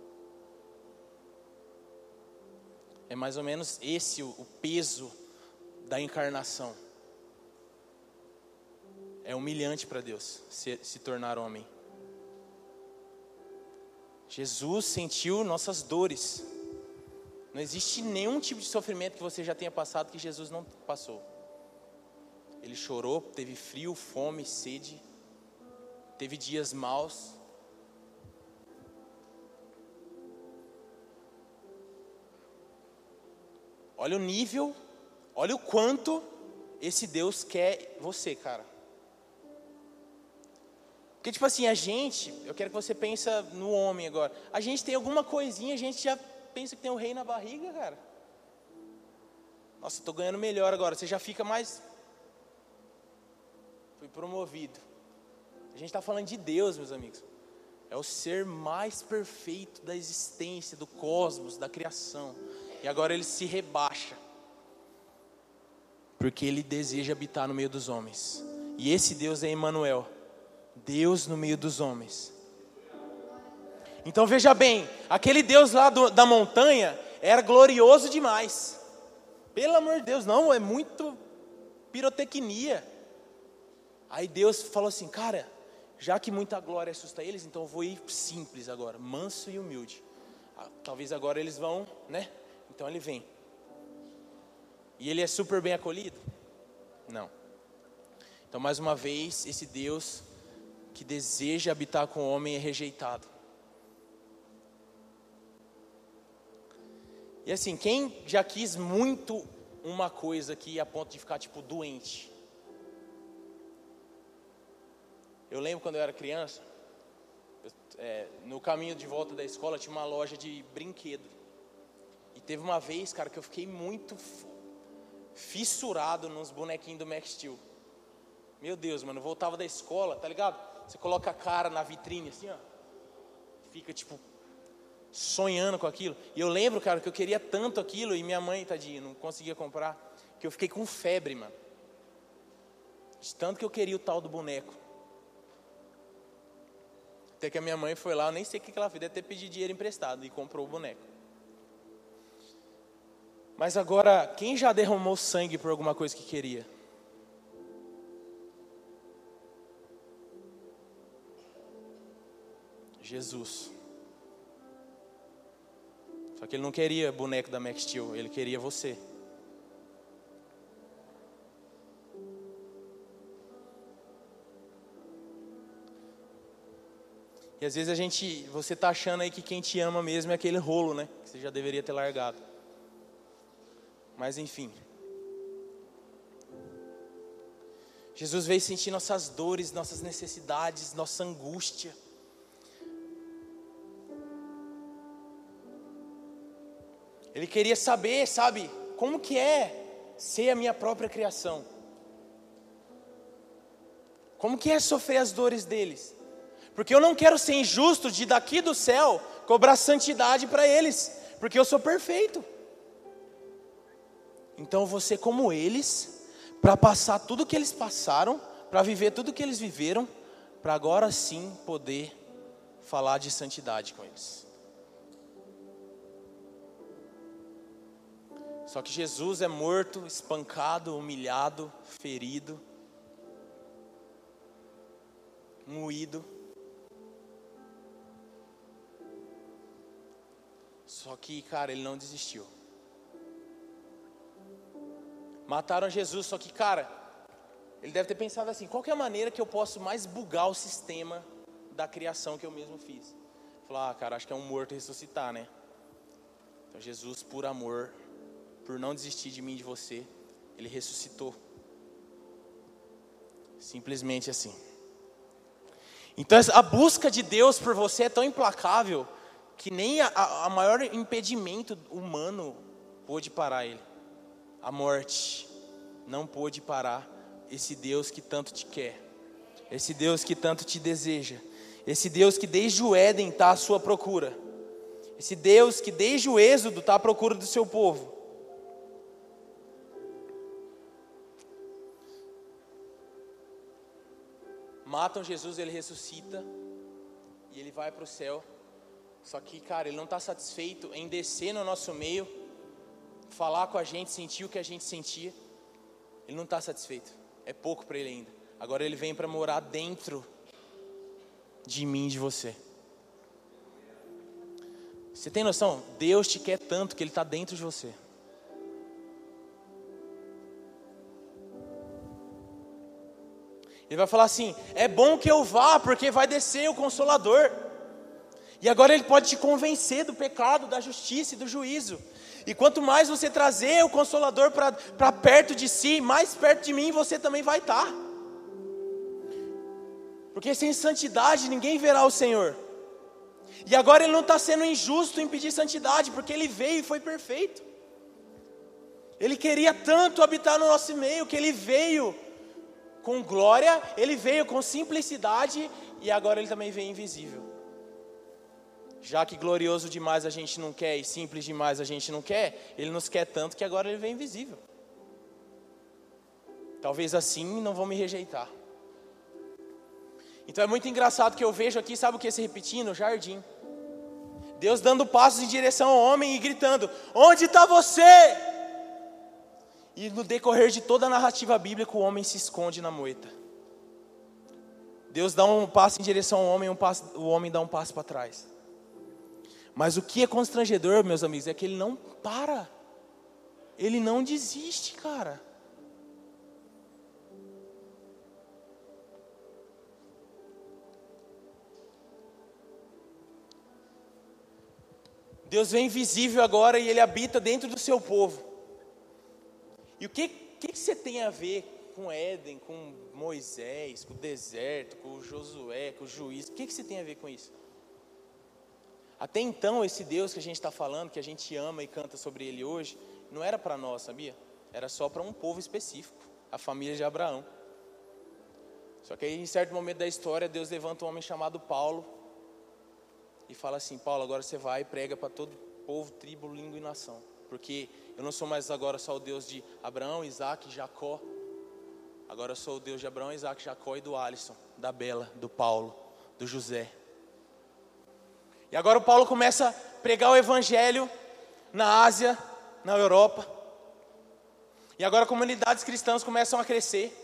É mais ou menos esse o peso da encarnação. É humilhante para Deus se tornar homem. Jesus sentiu nossas dores. Não existe nenhum tipo de sofrimento que você já tenha passado que Jesus não passou. Ele chorou, teve frio, fome, sede, teve dias maus. Olha o nível, olha o quanto esse Deus quer você, cara. Porque eu quero que você pense no homem agora. A gente tem alguma coisinha, a gente já pensa que tem um rei na barriga, cara. Nossa, estou ganhando melhor agora, você já fica mais... Fui promovido. A gente está falando de Deus, meus amigos. É o ser mais perfeito da existência, do cosmos, da criação. E agora ele se rebaixa. Porque ele deseja habitar no meio dos homens. E esse Deus é Emanuel. Deus no meio dos homens. Então veja bem, aquele Deus lá da montanha era glorioso demais. Pelo amor de Deus, não, é muito pirotecnia. Aí Deus falou assim, cara, já que muita glória assusta eles, então eu vou ir simples agora, manso e humilde. Talvez agora eles vão, né? Então ele vem. E ele é super bem acolhido? Não. Então mais uma vez, esse Deus que deseja habitar com o homem é rejeitado. E assim, quem já quis muito uma coisa aqui a ponto de ficar doente? Eu lembro quando eu era criança, no caminho de volta da escola tinha uma loja de brinquedo. E teve uma vez, cara, que eu fiquei muito fissurado nos bonequinhos do Max Steel. Meu Deus, mano, eu voltava da escola, tá ligado? Você coloca a cara na vitrine assim, ó. Fica sonhando com aquilo. E eu lembro, cara, que eu queria tanto aquilo, e minha mãe, tadinha, não conseguia comprar, que eu fiquei com febre, mano. De tanto que eu queria o tal do boneco. Até que a minha mãe foi lá, eu nem sei o que ela fez, deve ter pedido dinheiro emprestado e comprou o boneco. Mas agora, quem já derramou sangue por alguma coisa que queria? Jesus. Só que ele não queria boneco da Max Steel, ele queria você. E às vezes você tá achando aí que quem te ama mesmo é aquele rolo, né? Que você já deveria ter largado. Mas enfim. Jesus veio sentir nossas dores, nossas necessidades, nossa angústia. Ele queria saber, sabe, como que é ser a minha própria criação. Como que é sofrer as dores deles. Porque eu não quero ser injusto de daqui do céu cobrar santidade para eles, porque eu sou perfeito. Então eu vou ser como eles, para passar tudo que eles passaram, para viver tudo que eles viveram, para agora sim poder falar de santidade com eles. Só que Jesus é morto, espancado, humilhado, ferido, moído. Só que, cara, ele não desistiu. Mataram Jesus, só que, cara, ele deve ter pensado assim, qual que é a maneira que eu posso mais bugar o sistema da criação que eu mesmo fiz? Falar, cara, acho que é um morto ressuscitar, né? Então Jesus, por amor, por não desistir de mim e de você, ele ressuscitou. Simplesmente assim. Então a busca de Deus por você é tão implacável que nem a maior impedimento humano pôde parar ele. A morte não pôde parar esse Deus que tanto te quer, esse Deus que tanto te deseja, esse Deus que desde o Éden está à sua procura, esse Deus que desde o Êxodo está à procura do seu povo. Matam Jesus, ele ressuscita e ele vai para o céu. Só que, cara, ele não está satisfeito em descer no nosso meio, falar com a gente, sentir o que a gente sentia. Ele não está satisfeito, é pouco para ele ainda. Agora ele vem para morar dentro de mim e de você. Você tem noção? Deus te quer tanto que ele está dentro de você. Ele vai falar assim, é bom que eu vá, porque vai descer o Consolador. E agora ele pode te convencer do pecado, da justiça e do juízo. E quanto mais você trazer o Consolador para perto de si, mais perto de mim você também vai estar. Porque sem santidade ninguém verá o Senhor. E agora ele não está sendo injusto em pedir santidade, porque ele veio e foi perfeito. Ele queria tanto habitar no nosso meio, que ele veio com glória, ele veio com simplicidade, e agora ele também veio invisível. Já que glorioso demais a gente não quer e simples demais a gente não quer, ele nos quer tanto que agora ele vem invisível. Talvez assim não vão me rejeitar. Então é muito engraçado que eu vejo aqui, sabe o que se repetindo? O jardim. Deus dando passos em direção ao homem e gritando, onde está você? E no decorrer de toda a narrativa bíblica o homem se esconde na moita. Deus dá um passo em direção ao homem, o homem dá um passo para trás. Mas o que é constrangedor, meus amigos, é que ele não para. Ele não desiste, cara. Deus vem invisível agora e ele habita dentro do seu povo. E o que você tem a ver com Éden, com Moisés, com o deserto, com o Josué, com o juiz? O que você tem a ver com isso? Até então, esse Deus que a gente está falando, que a gente ama e canta sobre ele hoje, não era para nós, sabia? Era só para um povo específico, a família de Abraão. Só que aí, em certo momento da história, Deus levanta um homem chamado Paulo, e fala assim: Paulo, agora você vai e prega para todo povo, tribo, língua e nação. Porque eu não sou mais agora só o Deus de Abraão, Isaac e Jacó. Agora eu sou o Deus de Abraão, Isaac, Jacó e do Alisson, da Bela, do Paulo, do José. E agora o Paulo começa a pregar o evangelho na Ásia, na Europa. E agora comunidades cristãs começam a crescer.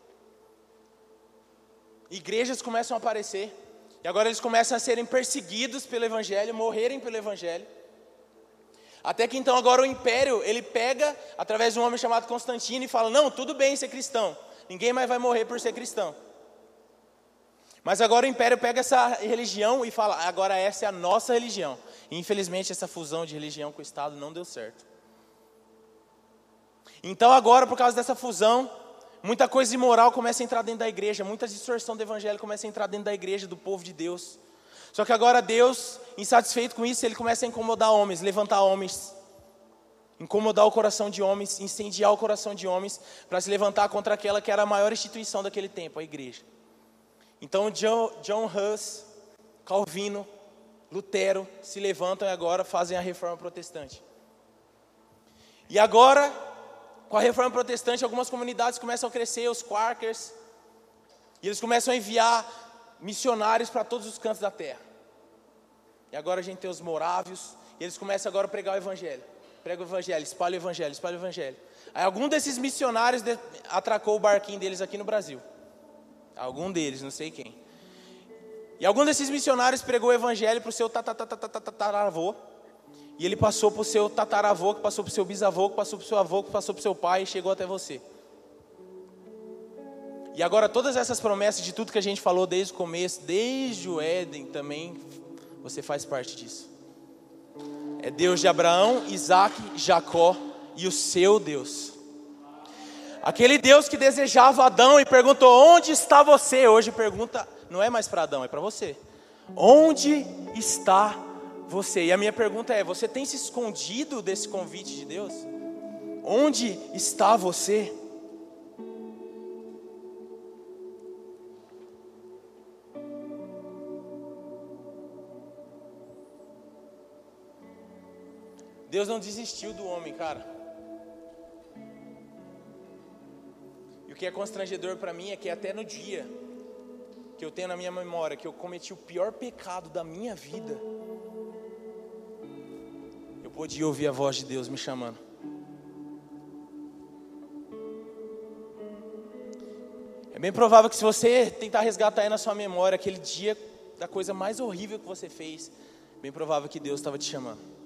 Igrejas começam a aparecer. E agora eles começam a serem perseguidos pelo evangelho, morrerem pelo evangelho. Até que então agora o império, ele pega, através de um homem chamado Constantino, e fala: não, tudo bem ser cristão. Ninguém mais vai morrer por ser cristão. Mas agora o império pega essa religião e fala: agora essa é a nossa religião. E infelizmente essa fusão de religião com o Estado não deu certo. Então agora, por causa dessa fusão, muita coisa imoral começa a entrar dentro da igreja. Muita distorção do evangelho começa a entrar dentro da igreja, do povo de Deus. Só que agora Deus, insatisfeito com isso, Ele começa a incomodar homens, levantar homens. Incomodar o coração de homens, incendiar o coração de homens, para se levantar contra aquela que era a maior instituição daquele tempo, a igreja. Então John Hus, Calvino, Lutero se levantam e agora fazem a reforma protestante. E agora, com a reforma protestante, algumas comunidades começam a crescer, os Quakers, e eles começam a enviar missionários para todos os cantos da terra. E agora a gente tem os morávios, e eles começam agora a pregar o evangelho. Prega o evangelho, espalha o evangelho, espalha o evangelho. Aí algum desses missionários atracou o barquinho deles aqui no Brasil. Algum deles, não sei quem. E algum desses missionários pregou o evangelho para o seu tataravô. E ele passou para o seu tataravô, que passou para o seu bisavô, que passou para o seu avô, que passou para o seu pai e chegou até você. E agora todas essas promessas de tudo que a gente falou desde o começo, desde o Éden também, você faz parte disso. É Deus de Abraão, Isaac, Jacó e o seu Deus. Aquele Deus que desejava Adão e perguntou: onde está você? Hoje pergunta, não é mais para Adão, é para você. Onde está você? E a minha pergunta é: você tem se escondido desse convite de Deus? Onde está você? Deus não desistiu do homem, cara. E o que é constrangedor para mim é que até no dia que eu tenho na minha memória que eu cometi o pior pecado da minha vida, eu podia ouvir a voz de Deus me chamando. É bem provável que se você tentar resgatar aí na sua memória aquele dia da coisa mais horrível que você fez, bem provável que Deus estava te chamando.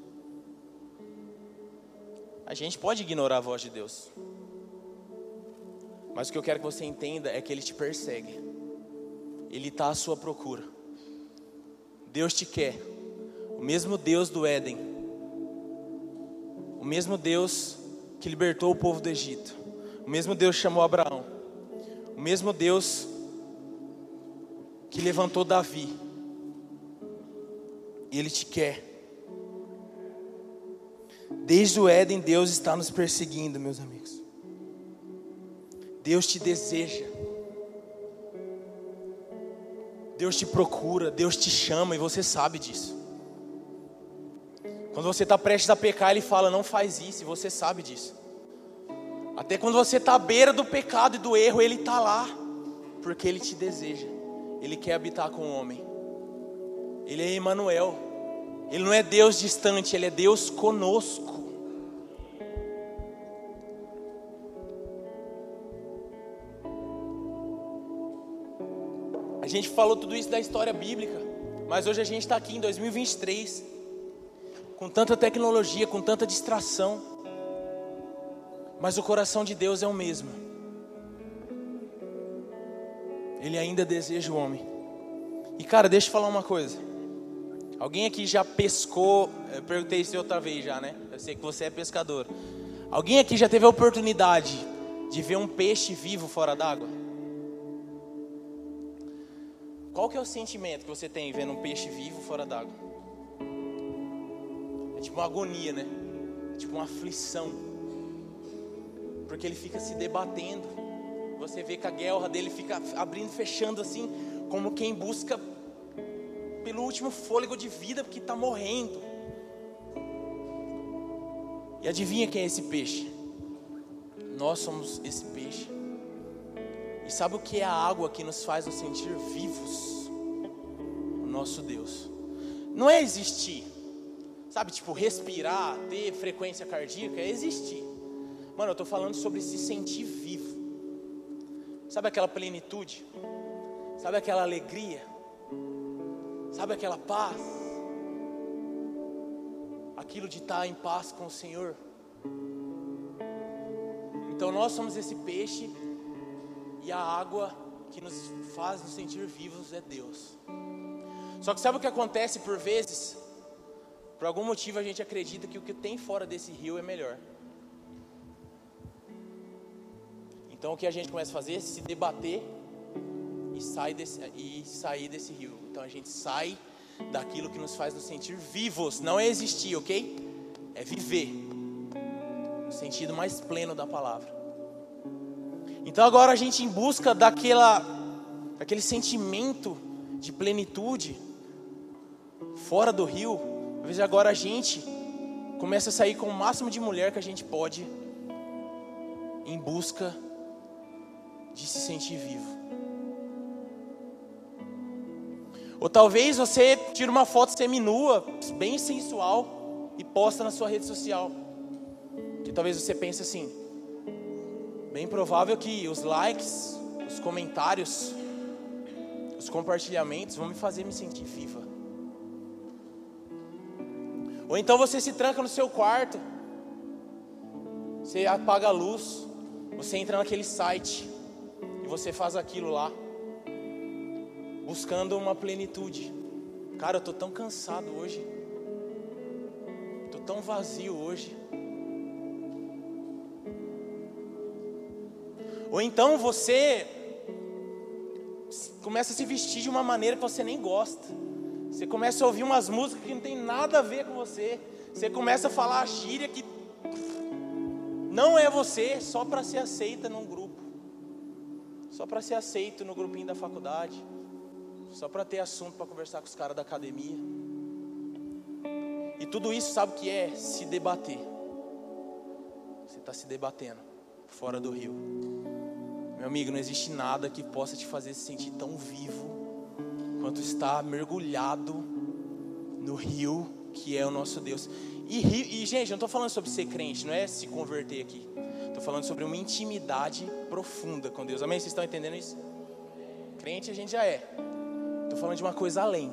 A gente pode ignorar a voz de Deus, mas o que eu quero que você entenda é que Ele te persegue. Ele está à sua procura. Deus te quer. O mesmo Deus do Éden, o mesmo Deus que libertou o povo do Egito, o mesmo Deus que chamou Abraão, o mesmo Deus que levantou Davi, Ele te quer. Desde o Éden, Deus está nos perseguindo, meus amigos. Deus te deseja. Deus te procura, Deus te chama e você sabe disso. Quando você está prestes a pecar, Ele fala: não faz isso, e você sabe disso. Até quando você está à beira do pecado e do erro, Ele está lá, porque Ele te deseja. Ele quer habitar com o homem. Ele é Emanuel. Ele não é Deus distante, Ele é Deus conosco. A gente falou tudo isso da história bíblica, mas hoje a gente está aqui em 2023, com tanta tecnologia, com tanta distração, mas o coração de Deus é o mesmo. Ele ainda deseja o homem. E cara, deixa eu falar uma coisa. Alguém aqui já pescou? Eu perguntei isso outra vez já, né? Eu sei que você é pescador. Alguém aqui já teve a oportunidade de ver um peixe vivo fora d'água? Qual que é o sentimento que você tem vendo um peixe vivo fora d'água? É tipo uma agonia, né? É tipo uma aflição. Porque ele fica se debatendo. Você vê que a guelra dele fica abrindo e fechando assim, como quem busca pelo último fôlego de vida, porque está morrendo. E adivinha quem é esse peixe? Nós somos esse peixe. E sabe o que é a água que nos faz nos sentir vivos? O nosso Deus. Não é existir, sabe, tipo respirar, ter frequência cardíaca, é existir. Mano, eu tô falando sobre se sentir vivo. Sabe aquela plenitude? Sabe aquela alegria? Sabe aquela paz? Aquilo de estar em paz com o Senhor. Então nós somos esse peixe, e a água que nos faz nos sentir vivos é Deus. Só que sabe o que acontece por vezes? Por algum motivo a gente acredita que o que tem fora desse rio é melhor. Então o que a gente começa a fazer é se debater e sair desse rio. Então a gente sai daquilo que nos faz nos sentir vivos. Não é existir, ok? É viver, no sentido mais pleno da palavra. Então agora a gente em busca daquele sentimento de plenitude fora do rio. Às vezes agora a gente começa a sair com o máximo de mulher que a gente pode, em busca de se sentir vivo. Ou talvez você tira uma foto seminua, bem sensual, e posta na sua rede social. Que talvez você pense assim: bem provável que os likes, os comentários, os compartilhamentos vão me fazer me sentir viva. Ou então você se tranca no seu quarto, você apaga a luz, você entra naquele site e você faz aquilo lá, buscando uma plenitude. Cara, eu tô tão cansado hoje, tô tão vazio hoje. Ou então você começa a se vestir de uma maneira que você nem gosta. Você começa a ouvir umas músicas que não tem nada a ver com você. Você começa a falar a gíria que não é você, só para ser aceita num grupo, só para ser aceito no grupinho da faculdade, só para ter assunto para conversar com os caras da academia. E tudo isso, sabe o que é? Se debater. Você está se debatendo fora do rio. Meu amigo, não existe nada que possa te fazer se sentir tão vivo quanto estar mergulhado no rio que é o nosso Deus. E gente, eu não estou falando sobre ser crente, não é se converter aqui. Estou falando sobre uma intimidade profunda com Deus. Amém? Vocês estão entendendo isso? Crente a gente já é. Estou falando de uma coisa além.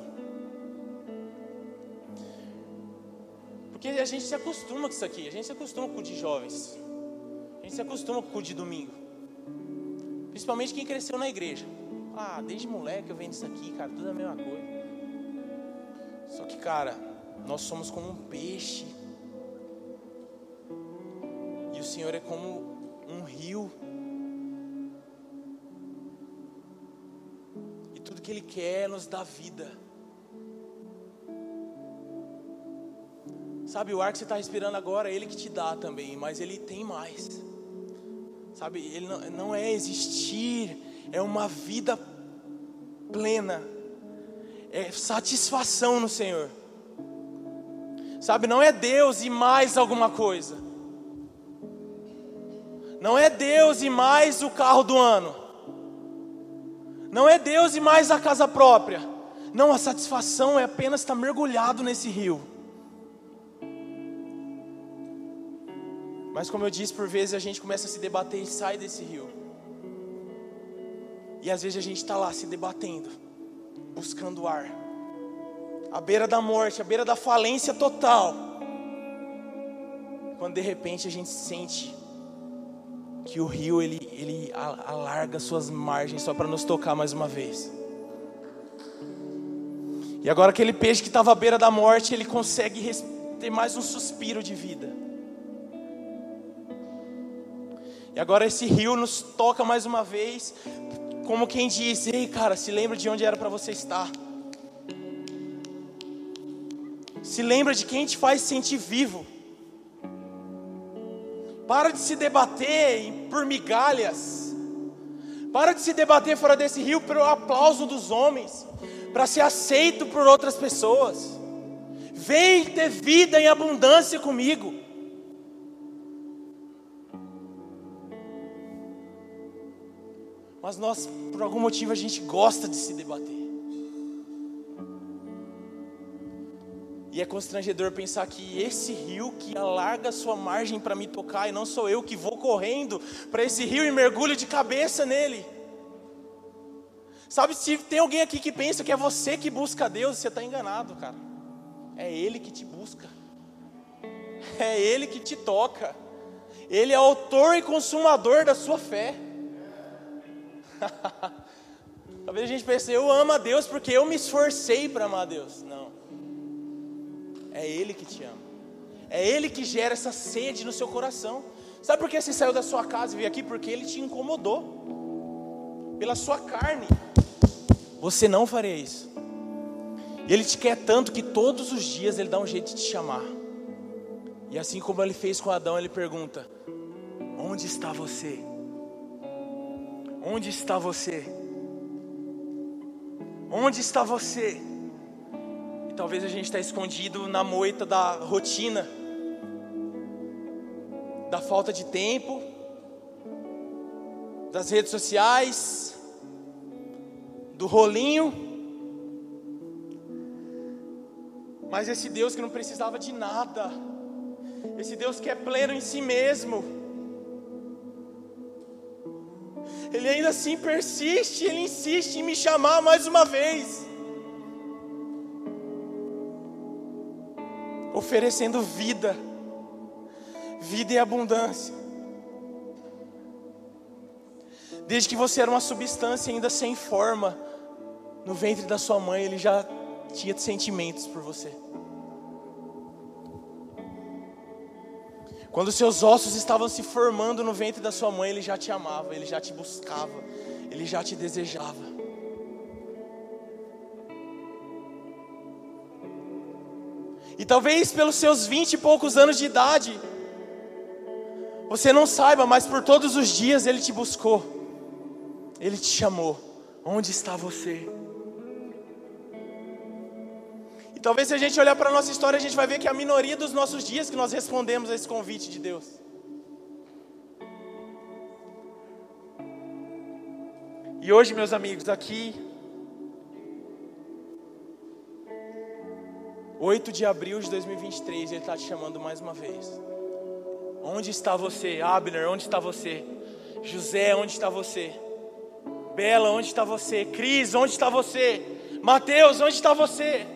Porque a gente se acostuma com isso aqui. A gente se acostuma com o de jovens. A gente se acostuma com o de domingo. Principalmente quem cresceu na igreja. Ah, desde moleque eu venho isso aqui, cara, tudo é a mesma coisa. Só que, cara, nós somos como um peixe. E o Senhor é como um rio. E tudo que Ele quer é nos dá vida. Sabe, o ar que você está respirando agora, é Ele que te dá também, mas Ele tem mais. Sabe, Ele não é existir, é uma vida plena, é satisfação no Senhor. Sabe, não é Deus e mais alguma coisa. Não é Deus e mais o carro do ano. Não é Deus e mais a casa própria. Não, a satisfação é apenas estar mergulhado nesse rio. Mas como eu disse, por vezes a gente começa a se debater e sai desse rio. E às vezes a gente está lá se debatendo, buscando ar, à beira da morte, à beira da falência total. Quando de repente a gente sente que o rio ele alarga suas margens só para nos tocar mais uma vez. E agora aquele peixe que estava à beira da morte, ele consegue ter mais um suspiro de vida. E agora esse rio nos toca mais uma vez, como quem diz: ei cara, se lembra de onde era para você estar. Se lembra de quem te faz sentir vivo. Para de se debater por migalhas. Para de se debater fora desse rio pelo aplauso dos homens. para ser aceito por outras pessoas. Vem ter vida em abundância comigo. Mas nós, por algum motivo, a gente gosta de se debater. E é constrangedor pensar que esse rio que alarga sua margem para me tocar, e não sou eu que vou correndo para esse rio e mergulho de cabeça nele. Sabe, se tem alguém aqui que pensa que é você que busca Deus, você está enganado, cara. É Ele que te busca. É Ele que te toca. Ele é autor e consumador da sua fé. Talvez a gente pense, eu amo a Deus porque eu me esforcei para amar a Deus. Não. É Ele que te ama. É Ele que gera essa sede no seu coração. Sabe por que você saiu da sua casa e veio aqui? Porque Ele te incomodou. Pela sua carne. Você não faria isso. E Ele te quer tanto que todos os dias Ele dá um jeito de te chamar. E assim como Ele fez com Adão, Ele pergunta: onde está você? Onde está você? Onde está você? E talvez a gente está escondido na moita da rotina, da falta de tempo, das redes sociais, do rolinho. Mas esse Deus que não precisava de nada, esse Deus que é pleno em si mesmo, Ele ainda assim persiste, Ele insiste em me chamar mais uma vez, oferecendo vida, vida em abundância. Desde que você era uma substância ainda sem forma, no ventre da sua mãe, Ele já tinha sentimentos por você. Quando seus ossos estavam se formando no ventre da sua mãe, Ele já te amava, Ele já te buscava, Ele já te desejava. E talvez pelos seus 20 e poucos anos de idade, você não saiba, mas por todos os dias Ele te buscou, Ele te chamou. Onde está você? E talvez se a gente olhar para a nossa história, a gente vai ver que é a minoria dos nossos dias que nós respondemos a esse convite de Deus. E hoje, meus amigos, aqui, 8 de abril de 2023, Ele está te chamando mais uma vez. Onde está você? Abner, onde está você? José, onde está você? Bela, onde está você? Cris, onde está você? Mateus, onde está você?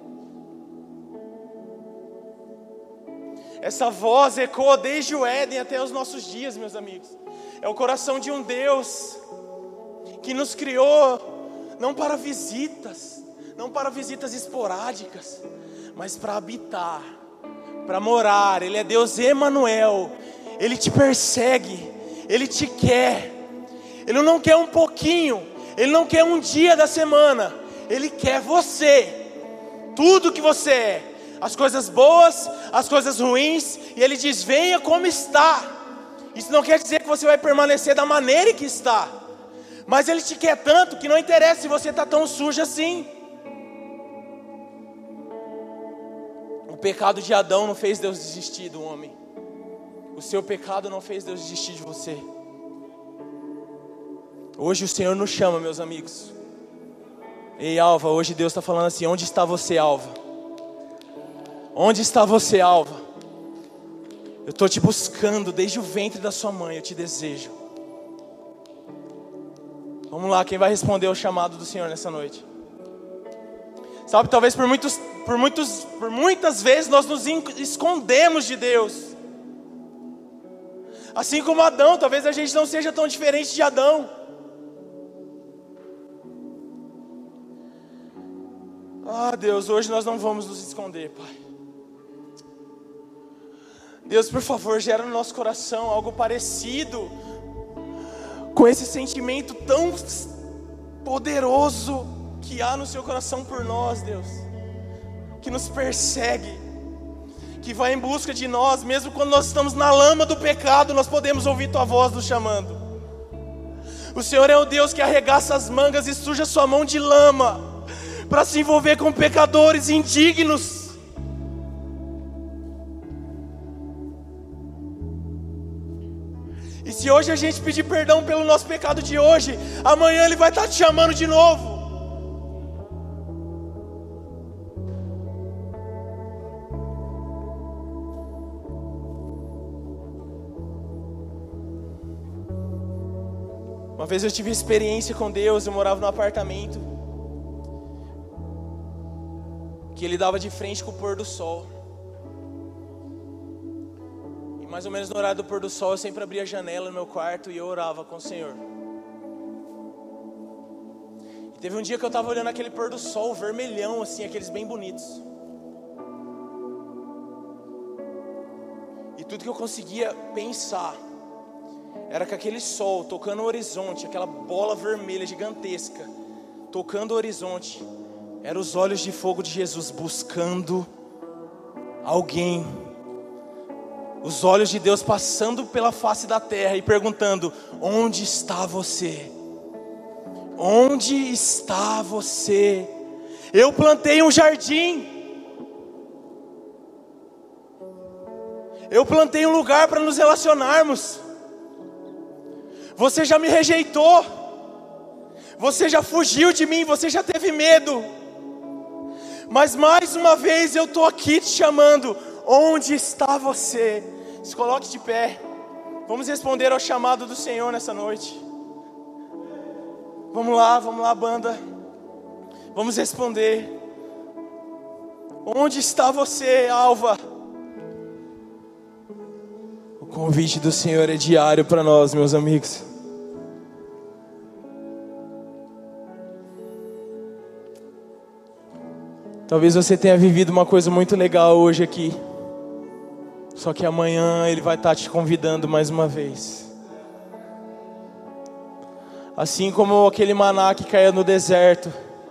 Essa voz ecoa desde o Éden até os nossos dias, meus amigos. É o coração de um Deus que nos criou não para visitas, não para visitas esporádicas, mas para habitar, para morar. Ele é Deus Emanuel. Ele te persegue, Ele te quer. Ele não quer um pouquinho, Ele não quer um dia da semana, Ele quer você, tudo que você é. As coisas boas, as coisas ruins. E Ele diz, venha como está. Isso não quer dizer que você vai permanecer da maneira que está, mas Ele te quer tanto que não interessa se você está tão sujo assim. O pecado de Adão não fez Deus desistir do homem. O seu pecado não fez Deus desistir de você. Hoje o Senhor nos chama, meus amigos. Ei, Alva, hoje Deus está falando assim: onde está você, Alva? Onde está você, Alva? Eu estou te buscando desde o ventre da sua mãe, eu te desejo. Vamos lá, quem vai responder ao chamado do Senhor nessa noite? Sabe, talvez por muitas vezes nós nos escondemos de Deus. Assim como Adão, talvez a gente não seja tão diferente de Adão. Ah, Deus, hoje nós não vamos nos esconder, Pai. Deus, por favor, gera no nosso coração algo parecido com esse sentimento tão poderoso que há no seu coração por nós, Deus, que nos persegue, que vai em busca de nós, mesmo quando nós estamos na lama do pecado, nós podemos ouvir tua voz nos chamando. O Senhor é o Deus que arregaça as mangas e suja sua mão de lama, para se envolver com pecadores indignos. E se hoje a gente pedir perdão pelo nosso pecado de hoje, amanhã Ele vai estar te chamando de novo. Uma vez eu tive experiência com Deus, eu morava num apartamento que ele dava de frente com o pôr do sol. E mais ou menos no horário do pôr do sol eu sempre abria a janela no meu quarto e eu orava com o Senhor. E teve um dia que eu estava olhando aquele pôr do sol vermelhão, assim, aqueles bem bonitos. E tudo que eu conseguia pensar era que aquele sol tocando o horizonte, aquela bola vermelha gigantesca, tocando o horizonte, eram os olhos de fogo de Jesus buscando alguém. Os olhos de Deus passando pela face da terra e perguntando: onde está você? Onde está você? Eu plantei um jardim. Eu plantei um lugar para nos relacionarmos. Você já me rejeitou. Você já fugiu de mim, você já teve medo. Mas mais uma vez eu estou aqui te chamando. Onde está você? Se coloque de pé. Vamos responder ao chamado do Senhor nessa noite. Vamos lá, banda. Vamos responder. Onde está você, Alva? O convite do Senhor é diário para nós, meus amigos. Talvez você tenha vivido uma coisa muito legal hoje aqui. Só que amanhã Ele vai estar te convidando mais uma vez. Assim como aquele maná que caía no deserto.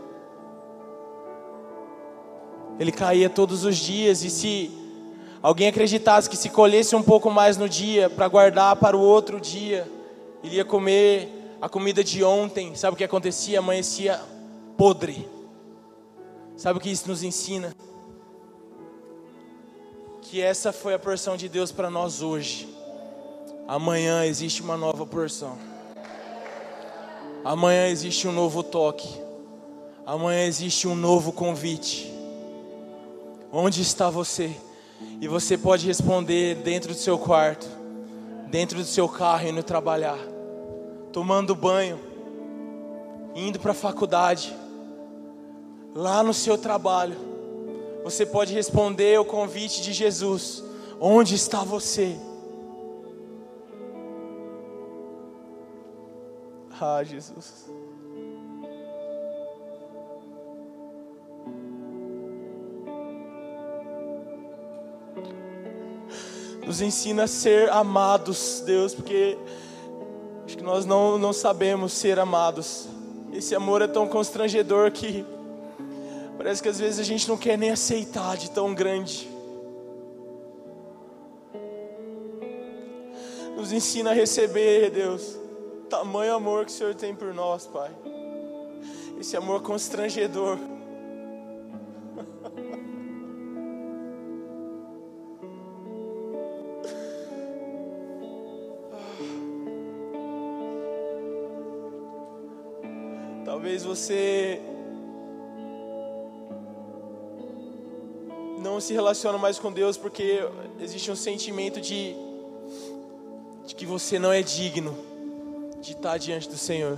Ele caía todos os dias. E se alguém acreditasse que se colhesse um pouco mais no dia, para guardar para o outro dia, ele ia comer a comida de ontem. Sabe o que acontecia? Amanhecia podre. Sabe o que isso nos ensina? Que essa foi a porção de Deus para nós hoje. Amanhã existe uma nova porção. Amanhã existe um novo toque. Amanhã existe um novo convite. Onde está você? E você pode responder dentro do seu quarto, dentro do seu carro, indo trabalhar, tomando banho, indo para a faculdade, lá no seu trabalho. Você pode responder o convite de Jesus. Onde está você? Ah, Jesus. Nos ensina a ser amados, Deus, porque acho que nós não sabemos ser amados. Esse amor é tão constrangedor que parece que às vezes a gente não quer nem aceitar de tão grande. Nos ensina a receber, Deus, tamanho amor que o Senhor tem por nós, Pai. Esse amor constrangedor. Talvez você não se relaciona mais com Deus porque existe um sentimento de que você não é digno de estar diante do Senhor.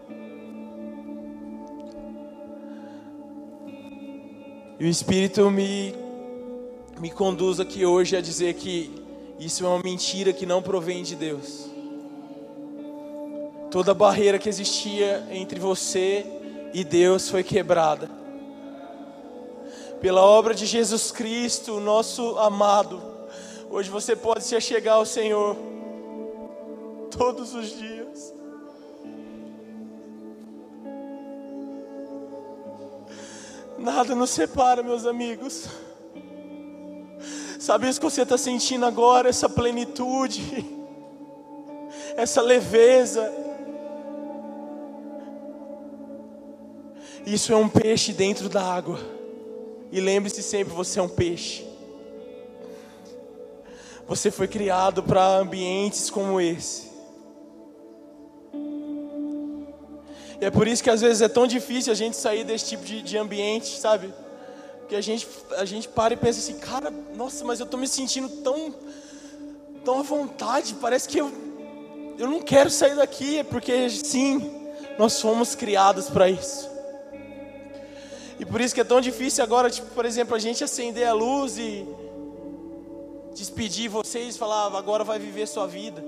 E o Espírito me conduz aqui hoje a dizer que isso é uma mentira que não provém de Deus. Toda barreira que existia entre você e Deus foi quebrada. Pela obra de Jesus Cristo, nosso amado, hoje você pode se achegar ao Senhor todos os dias. Nada nos separa, meus amigos. Sabe isso que você está sentindo agora? Essa plenitude, essa leveza. Isso é um peixe dentro da água. E lembre-se sempre, você é um peixe. Você foi criado para ambientes como esse. E é por isso que às vezes é tão difícil a gente sair desse tipo de ambiente, sabe? Porque a gente para e pensa assim, cara, nossa, mas eu estou me sentindo tão à vontade, parece que eu não quero sair daqui, porque sim, nós fomos criados para isso. E por isso que é tão difícil agora, tipo, por exemplo, a gente acender a luz e despedir vocês e falar, agora vai viver sua vida.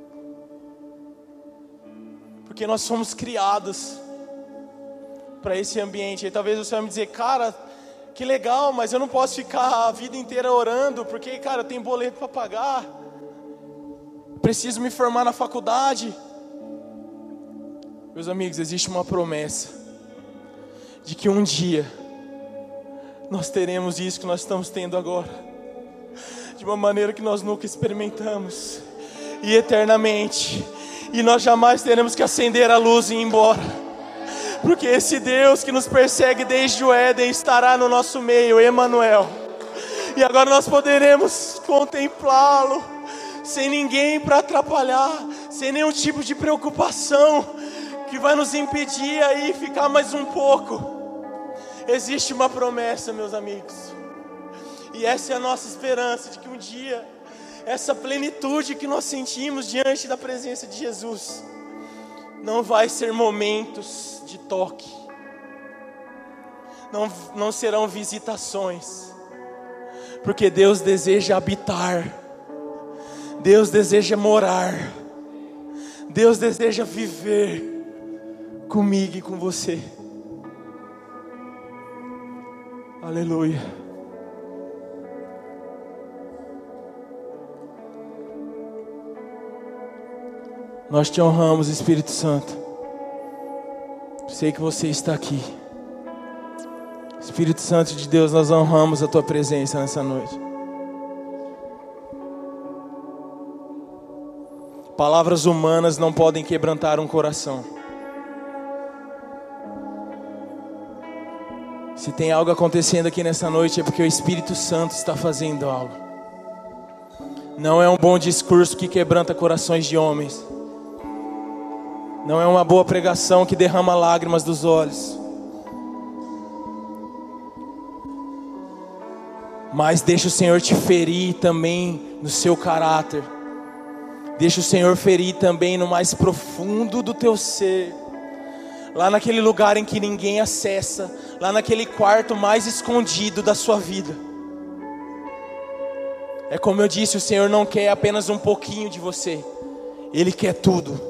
Porque nós somos criados para esse ambiente. E talvez você vai me dizer, cara, que legal, mas eu não posso ficar a vida inteira orando, porque, cara, eu tenho boleto para pagar. Preciso me formar na faculdade. Meus amigos, existe uma promessa de que um dia nós teremos isso que nós estamos tendo agora, de uma maneira que nós nunca experimentamos, e eternamente. E nós jamais teremos que acender a luz e ir embora, porque esse Deus que nos persegue desde o Éden estará no nosso meio, Emanuel. E agora nós poderemos contemplá-lo, sem ninguém para atrapalhar, sem nenhum tipo de preocupação que vai nos impedir aí ficar mais um pouco. Existe uma promessa, meus amigos, e essa é a nossa esperança, de que um dia essa plenitude que nós sentimos diante da presença de Jesus não vai ser momentos de toque, não serão visitações, porque Deus deseja habitar, Deus deseja morar, Deus deseja viver comigo e com você. Aleluia. Nós te honramos, Espírito Santo. Sei que você está aqui. Espírito Santo de Deus, nós honramos a tua presença nessa noite. Palavras humanas não podem quebrantar um coração. Se tem algo acontecendo aqui nessa noite, é porque o Espírito Santo está fazendo algo. Não é um bom discurso que quebranta corações de homens. Não é uma boa pregação que derrama lágrimas dos olhos. Mas deixa o Senhor te ferir também no seu caráter. Deixa o Senhor ferir também no mais profundo do teu ser. Lá naquele lugar em que ninguém acessa. Lá naquele quarto mais escondido da sua vida. É como eu disse, o Senhor não quer apenas um pouquinho de você. Ele quer tudo.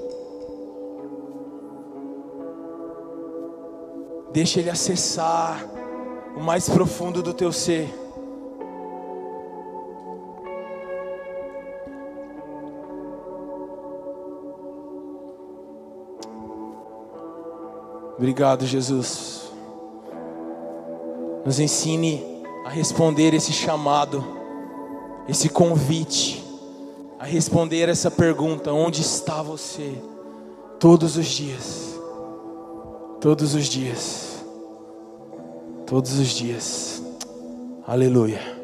Deixa Ele acessar o mais profundo do teu ser. Obrigado, Jesus. Nos ensine a responder esse chamado, esse convite, a responder essa pergunta: onde está você? Todos os dias. Todos os dias. Todos os dias. Aleluia.